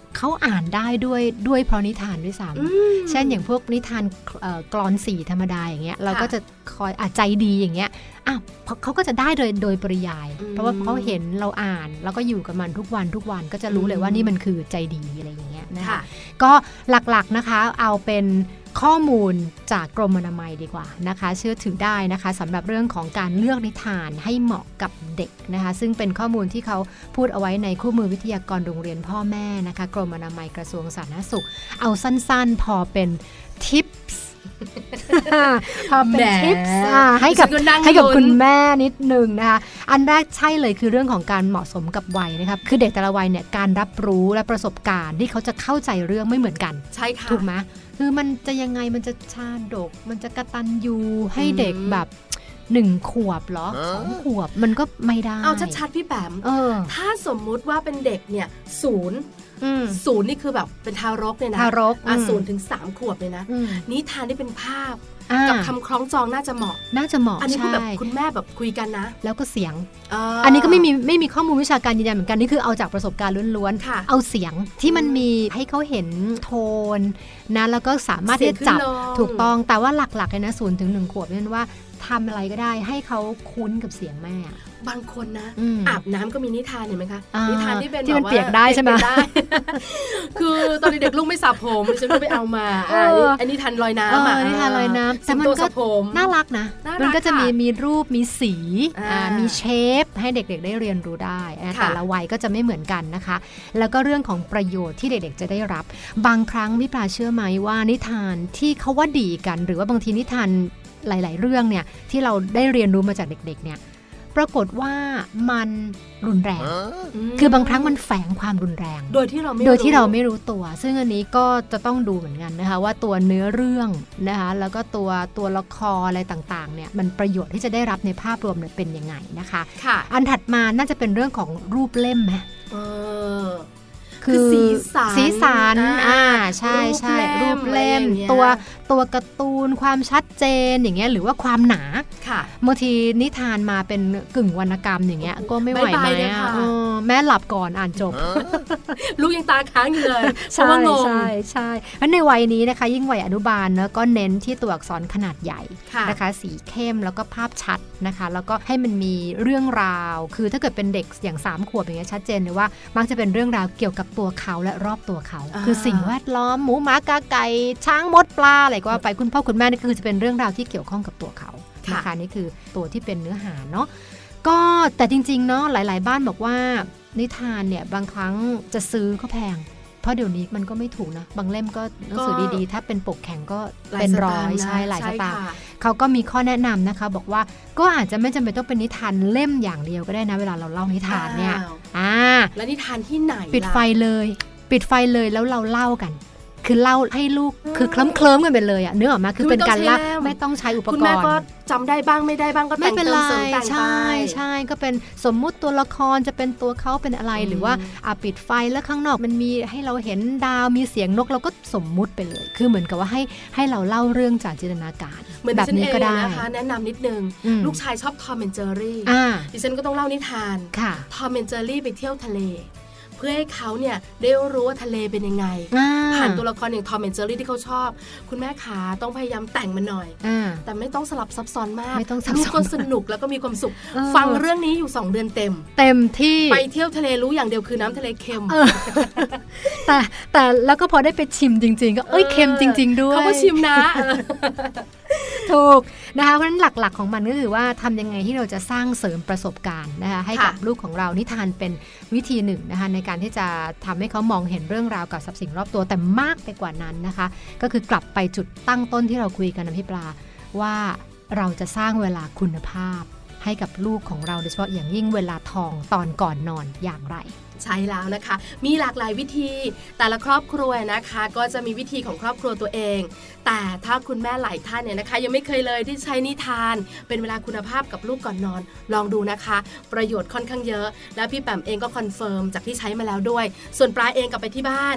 เขาอ่านได้ด้วยเพราะนิทานด้วยซ้ำเช่นอย่างพวกนิทานกลอน4ธรรมดาอย่างเงี้ยเราก็จะคอยใจดีอย่างเงี้ยเขาก็จะได้โดยปริยายเพราะว่าเขาเห็นเราอ่านแล้วก็อยู่กับมันทุกวันก็จะรู้เลยว่านี่มันคือใจดีอะไรอย่างเงี้ยนะคะก็หลักๆนะคะเอาเป็นข้อมูลจากกรมอนามัยดีกว่านะคะเชื่อถือได้นะคะสำหรับเรื่องของการเลือกนิทานให้เหมาะกับเด็กนะคะซึ่งเป็นข้อมูลที่เขาพูดเอาไว้ในคู่มือวิทยากรโรงเรียนพ่อแม่นะคะกรมอนามัยกระทรวงสาธารณสุขเอาสั้นๆพอเป็นทิปส์พอเป็นทิปส์ให้กับคุณแม่นิดนึงนะคะอันแรกใช่เลยคือเรื่องของการเหมาะสมกับวัยนะครับคือเด็กแต่ละวัยเนี่ยการรับรู้และประสบการณ์ที่เขาจะเข้าใจเรื่องไม่เหมือนกันใช่ค่ะถูกไหมคือมันจะยังไงมันจะชาดกมันจะกตัญญูให้เด็กแบบ1 ขวบเหรอ2 ขวบมันก็ไม่ได้เอาชัดๆพี่แปมถ้าสมมุติว่าเป็นเด็กเนี่ย0นี่คือแบบเป็นทารกเนี่ยนะ0 ถึง 3 ขวบเลยนะนิทานที่เป็นภาพกับคำคล้องจองน่าจะเหมาะอันนี้คือแบบคุณแม่แบบคุยกันนะแล้วก็เสียงอันนี้ก็ไม่มีข้อมูลวิชาการยืนยันเหมือนกันนี่คือเอาจากประสบการณ์ล้วนๆเอาเสียงที่มันมีให้เขาเห็นโทนนะแล้วก็สามารถที่จะจับถูกต้องแต่ว่าหลักๆเลยนะ0 ถึง 1 ขวบนั่นว่าทำอะไรก็ได้ให้เขาคุ้นกับเสียงแม่บางคนนะอาบน้ำก็มีนิทานเห็นไหมคะนิทานที่เป็นแบบว่าเปียกได้ใช่ไหมคือตอนเด็กลูกไม่สระผมฉันก็ไปเอามาอันนี้ทันลอยน้ำนิทานลอยน้ำแต่มันก็น่ารักนะมันก็จะมีรูปมีสีมีเชฟให้เด็กๆได้เรียนรู้ได้แต่ละวัยก็จะไม่เหมือนกันนะคะแล้วก็เรื่องของประโยชน์ที่เด็กๆจะได้รับบางครั้งพี่ปลาเชื่อไหมว่านิทานที่เขาว่าดีกันหรือว่าบางทีนิทานหลายๆเรื่องเนี่ยที่เราได้เรียนรู้มาจากเด็กๆเนี่ยปรากฏว่ามันรุนแรงคือบางครั้งมันแฝงความรุนแรงโดยที่เราไม่รู้ตัวซึ่งอันนี้ก็จะต้องดูเหมือนกันนะคะว่าตัวเนื้อเรื่องนะคะแล้วก็ตัวละครอะไรต่างๆเนี่ยมันประโยชน์ที่จะได้รับในภาพรวมเนี่ยเป็นยังไงนะคะอันถัดมาน่าจะเป็นเรื่องของรูปเล่มไหมคือสีสันใช่รูปเล่มตัวการ์ตูนความชัดเจนอย่างเงี้ยหรือว่าความหนาบางทีนิทานมาเป็นกึ่งวรรณกรรมอย่างเงี้ยก็ไม่ไหวไหมแม่หลับก่อนอ่านจบลูกยังตาค้างอยู่เลยเพราะว่างงใช่เพราะในวัยนี้นะคะยิ่งวัยอนุบาลนะก็เน้นที่ตัวอักษรขนาดใหญ่นะคะสีเข้มแล้วก็ภาพชัดนะคะแล้วก็ให้มันมีเรื่องราวคือถ้าเกิดเป็นเด็กอย่าง3 ขวบอย่างเงี้ยชัดเจนเลยว่ามักจะเป็นเรื่องราวเกี่ยวกับตัวเขาและรอบตัวเขาคือสิ่งแวดล้อมหมูหมากาไก่ช้างมดปลาอะไรก็ไปคุณพ่อคุณแม่นี่คือจะเป็นเรื่องราวที่เกี่ยวข้องกับตัวเขานะคะนี่คือตัวที่เป็นเนื้อหาเนาะก็แต่จริงๆเนาะหลายๆบ้านบอกว่านิทานเนี่ยบางครั้งจะซื้อก็แพงเพราะเดี๋ยวนี้มันก็ไม่ถูกนะบางเล่มก็หนังสือดีๆถ้าเป็นปกแข็งก็เป็น100ใช่หลายสตางค์เขาก็มีข้อแนะนำนะคะบอกว่าก็อาจจะไม่จำเป็นต้องเป็นนิทานเล่มอย่างเดียวก็ได้นะเวลาเราเล่านิทานเนี่ยแล้วนิทานที่ไหนปิดไฟเลยแล้วเราเล่ากันคือเล่าให้ลูกคือเคลิ้มกันไปเลยอ่ะเนื้อออกมาคือเป็นการเล่าไม่ต้องใช้อุปกรณ์คุณแม่ก็จำได้บ้างไม่ได้บ้างก็แต่งเติมเสริมแต่งไปใช่ก็เป็นสมมุติตัวละครจะเป็นตัวเขาเป็นอะไรหรือว่าปิดไฟแล้วข้างนอกมันมีให้เราเห็นดาวมีเสียงนกเราก็สมมุติไปเลยคือเหมือนกับว่าให้เราเล่าเรื่องจากจินตนาการแบบนี้ก็ได้นะคะแนะนำนิดนึงลูกชายชอบทอมแอนด์เจอรี่ดิฉันก็ต้องเล่านิทานทอมแอนด์เจอรี่ไปเที่ยวทะเลเพื่อให้เขาเนี่ยได้รู้ว่าทะเลเป็นยังไงผ่านตัวละครอย่างทอมแอนด์เจอรี่ที่เขาชอบคุณแม่ขาต้องพยายามแต่งมันหน่อยแต่ไม่ต้องสลับซับซ้อนมากลูกก็สนุกแล้วก็มีความสุขฟังเรื่องนี้อยู่2 เดือนเต็มที่ไปเที่ยวทะเลรู้อย่างเดียวคือน้ำทะเลเค็มแต่แล้วก็พอได้ไปชิมจริงๆก็เค็มจริงๆด้วยเขาก็ชิมนะถูกนะคะเพราะฉะนั้นหลักๆของมันก็คือว่าทำยังไงที่เราจะสร้างเสริมประสบการณ์นะคะให้กับลูกของเรานิทานเป็นวิธีหนึ่งนะคะในการที่จะทำให้เขามองเห็นเรื่องราวกับสิ่งรอบตัวแต่มากไปกว่านั้นนะคะก็คือกลับไปจุดตั้งต้นที่เราคุยกันนะพี่ปลาว่าเราจะสร้างเวลาคุณภาพให้กับลูกของเราโดยเฉพาะอย่างยิ่งเวลาทองตอนก่อนนอนอย่างไรใช่แล้วนะคะมีหลากหลายวิธีแต่ละครอบครัวนะคะก็จะมีวิธีของครอบครัวตัวเองแต่ถ้าคุณแม่หลายท่านเนี่ยนะคะยังไม่เคยเลยที่ใช้นิทานเป็นเวลาคุณภาพกับลูกก่อนนอนลองดูนะคะประโยชน์ค่อนข้างเยอะและพี่แปมเองก็คอนเฟิร์มจากที่ใช้มาแล้วด้วยส่วนปลาเองกลับไปที่บ้าน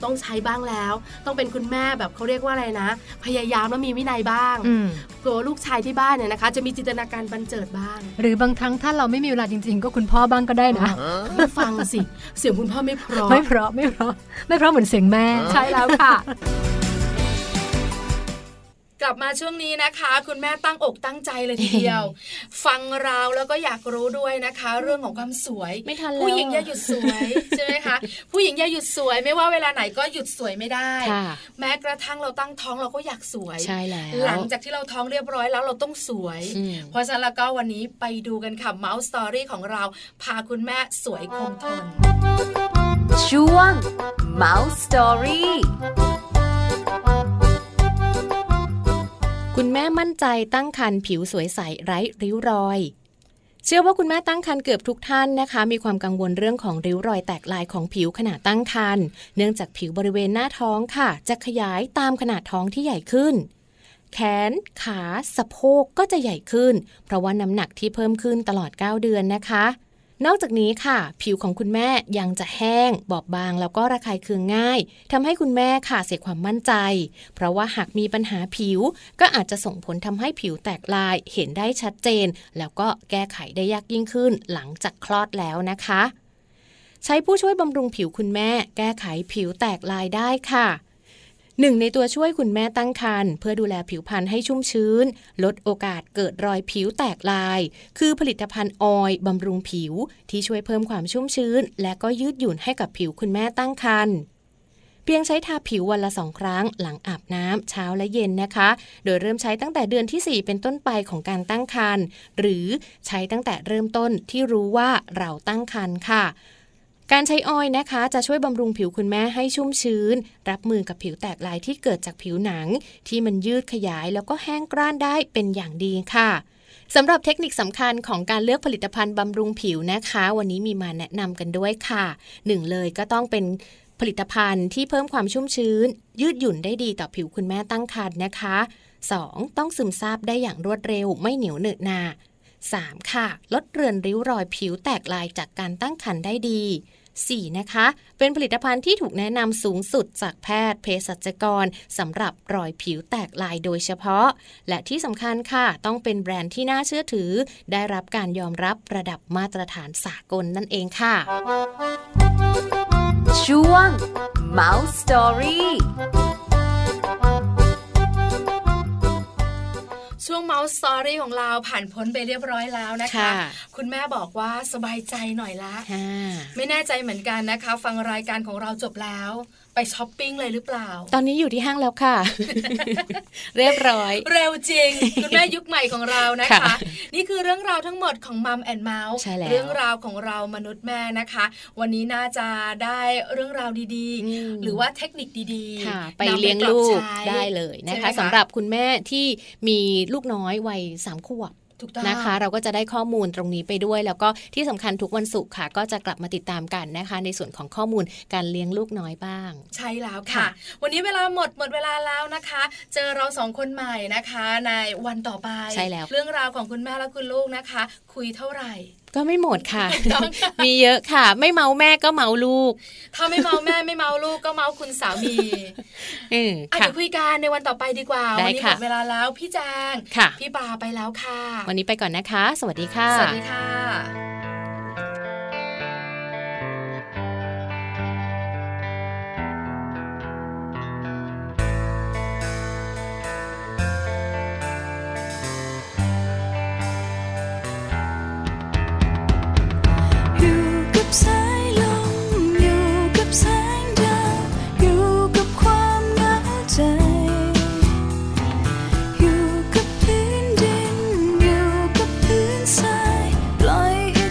ต้องใช้บ้างแล้วต้องเป็นคุณแม่แบบเขาเรียกว่าอะไรนะพยายามแล้วมีวินัยบ้างเผื่อลูกชายที่บ้านเนี่ยนะคะจะมีจินตนาการบันเจิดบ้างหรือบางครั้งถ้าเราไม่มีเวลาจริงๆก็คุณพ่อบ้างก็ได้นะไม่ฟังสิเสียงคุณพ่อไม่เพราะเหมือนเสียงแม่ใช่แล้วค่ะกลับมาช่วงนี้นะคะคุณแม่ตั้งอกตั้งใจเลยทีเดียว ฟังเราแล้วก็อยากรู้ด้วยนะคะเรื่องของความสวยไม่ทันแล้วผู้หญิงอย่าหยุดสวยใช่ไหมคะผู้หญิงอย่าหยุดสวยไม่ว่าเวลาไหนก็หยุดสวยไม่ได้แม้กระทั่งเราตั้งท้องเราก็อยากสวยใช่แล้วหลังจากที่เราท้องเรียบร้อยแล้วเราต้องสวยเพราะฉะนั้นแล้วก็วันนี้ไปดูกันค่ะ Mouse Story ของเราพาคุณแม่สวยคงทนช่วง Mouse Story คุณแม่มั่นใจตั้งครรภ์ผิวสวยใสไร้ริ้วรอยเชื่อว่าคุณแม่ตั้งครรภ์เกือบทุกท่านนะคะมีความกังวลเรื่องของริ้วรอยแตกลายของผิวขณะตั้งครรภ์เนื่องจากผิวบริเวณหน้าท้องค่ะจะขยายตามขนาดท้องที่ใหญ่ขึ้นแขนขาสะโพกก็จะใหญ่ขึ้นเพราะว่าน้ำหนักที่เพิ่มขึ้นตลอด9 เดือนนะคะนอกจากนี้ค่ะผิวของคุณแม่ยังจะแห้งบอบบางแล้วก็ระคายเคืองง่ายทำให้คุณแม่ขาดเสียความมั่นใจเพราะว่าหากมีปัญหาผิวก็อาจจะส่งผลทำให้ผิวแตกลายเห็นได้ชัดเจนแล้วก็แก้ไขได้ยากยิ่งขึ้นหลังจากคลอดแล้วนะคะใช้ผู้ช่วยบำรุงผิวคุณแม่แก้ไขผิวแตกลายได้ค่ะหนึ่งในตัวช่วยคุณแม่ตั้งครรภ์เพื่อดูแลผิวพรรณให้ชุ่มชื้นลดโอกาสเกิดรอยผิวแตกลายคือผลิตภัณฑ์ออยล์บำรุงผิวที่ช่วยเพิ่มความชุ่มชื้นและก็ยืดหยุ่นให้กับผิวคุณแม่ตั้งครรภ์เพียงใช้ทาผิววันละ2 ครั้งหลังอาบน้ำเช้าและเย็นนะคะโดยเริ่มใช้ตั้งแต่เดือนที่4เป็นต้นไปของการตั้งครรภ์หรือใช้ตั้งแต่เริ่มต้นที่รู้ว่าเราตั้งครรภ์ค่ะการใช้ออยล์นะคะจะช่วยบำรุงผิวคุณแม่ให้ชุ่มชื้นรับมือกับผิวแตกลายที่เกิดจากผิวหนังที่มันยืดขยายแล้วก็แห้งกร้านได้เป็นอย่างดีค่ะสำหรับเทคนิคสำคัญของการเลือกผลิตภัณฑ์บำรุงผิวนะคะวันนี้มีมาแนะนำกันด้วยค่ะ1เลยก็ต้องเป็นผลิตภัณฑ์ที่เพิ่มความชุ่มชื้นยืดหยุ่นได้ดีต่อผิวคุณแม่ตั้งครรภ์นะคะ2ต้องซึมซาบได้อย่างรวดเร็วไม่เหนียวเหนอะหนะ3ค่ะลดเรือนริ้วรอยผิวแตกลายจากการตั้งครรภ์ได้ดี4นะคะเป็นผลิตภัณฑ์ที่ถูกแนะนำสูงสุดจากแพทย์เภสัชกรสำหรับรอยผิวแตกลายโดยเฉพาะและที่สำคัญค่ะต้องเป็นแบรนด์ที่น่าเชื่อถือได้รับการยอมรับระดับมาตรฐานสากลนั่นเองค่ะช่วง Mouse Story ช่วง Mouse Story ของเราผ่านพ้นไปเรียบร้อยแล้วนะคะคุณแม่บอกว่าสบายใจหน่อยละไม่แน่ใจเหมือนกันนะคะฟังรายการของเราจบแล้วไปช้อปปิ้งเลยหรือเปล่าตอนนี้อยู่ที่ห้างแล้วค่ะ เรียบร้อยเร็วจริง คุณแม่ยุคใหม่ของเรานะคะนี่คือเรื่องราวทั้งหมดของมัมแอนด์เมาส์เรื่องราวของเรามนุษย์แม่นะคะวันนี้น่าจะได้เรื่องราวดีๆหรือว่าเทคนิคดีๆไปเลี้ยงลูกได้เลยนะคะสำหรับคุณแม่ที่มีลูกน้อยวัย3 ขวบนะคะเราก็จะได้ข้อมูลตรงนี้ไปด้วยแล้วก็ที่สำคัญทุกวันศุกร์ค่ะก็จะกลับมาติดตามกันนะคะในส่วนของข้อมูลการเลี้ยงลูกน้อยบ้างใช่แล้วค่ะวันนี้เวลาหมดเวลาแล้วนะคะเจอเรา2 คนใหม่นะคะในวันต่อไปใช่แล้วเรื่องราวของคุณแม่และคุณลูกนะคะคุยเท่าไหร่ก็ไม่หมดค่ะ มีเยอะค่ะไม่เมาแม่ก็เมาลูกถ้าไม่เมาแม่ไม่เมาลูกก็เมาคุณสามีอาจจะคุยกันในวันต่อไปดีกว่าวันนี้หมดเวลาแล้วพี่แจงพี่ปาไปแล้วค่ะวันนี้ไปก่อนนะคะสวัสดีค่ะสวัสดีค่ะสายลมอยู่กับแสงดาวอยู่กับความเหงาใจอยู่กับพื้นดินอยู่กับพื้นทรายปล่อยให้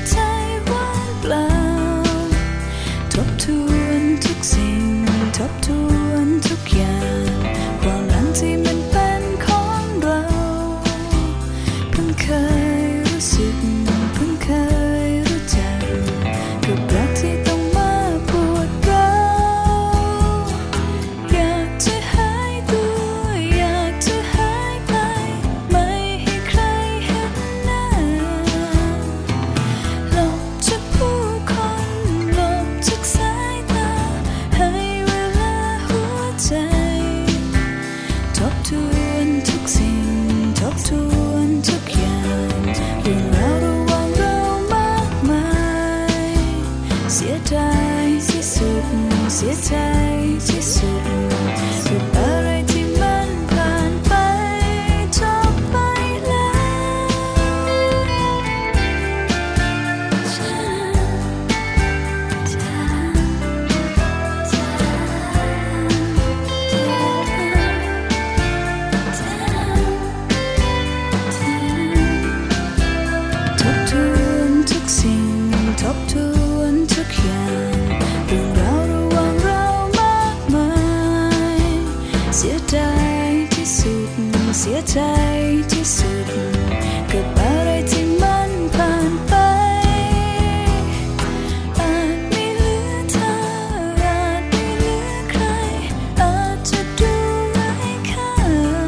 สียใจที่สุดกับอะไรที่มันผ่านไปจบไปทบทวนทุกอย่างเรื่องราวระหว่างเรามากมายเสียใจที่สุดเสียใจที่สุดกับอะไรที่มันผ่านไปอาจไม่เหลือเธออาจไม่เหลือใครอาจจะดูไร้ค่า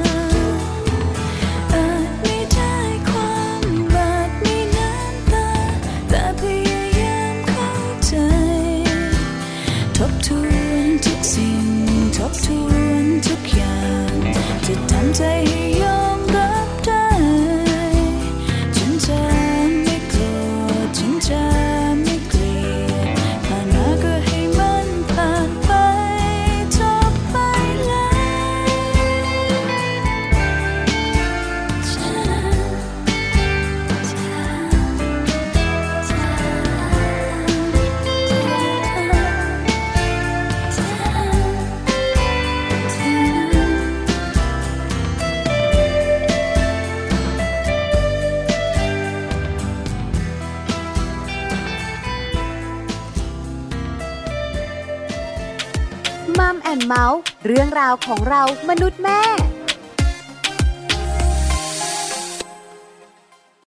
อาจไม่ได้ความอาจไม่น้ำตาแต่พยายามเข้าใจทบทวนทุกสิ่งทบทวนทุกอย่างจะทำใจให้ยอมรับได้ฉันจะไม่โกรธฉันจะไม่เกลียดผ่านมาก็ให้มันผ่านไปจบไปมัมแอนด์เมาส์เรื่องราวของเรามนุษย์แม่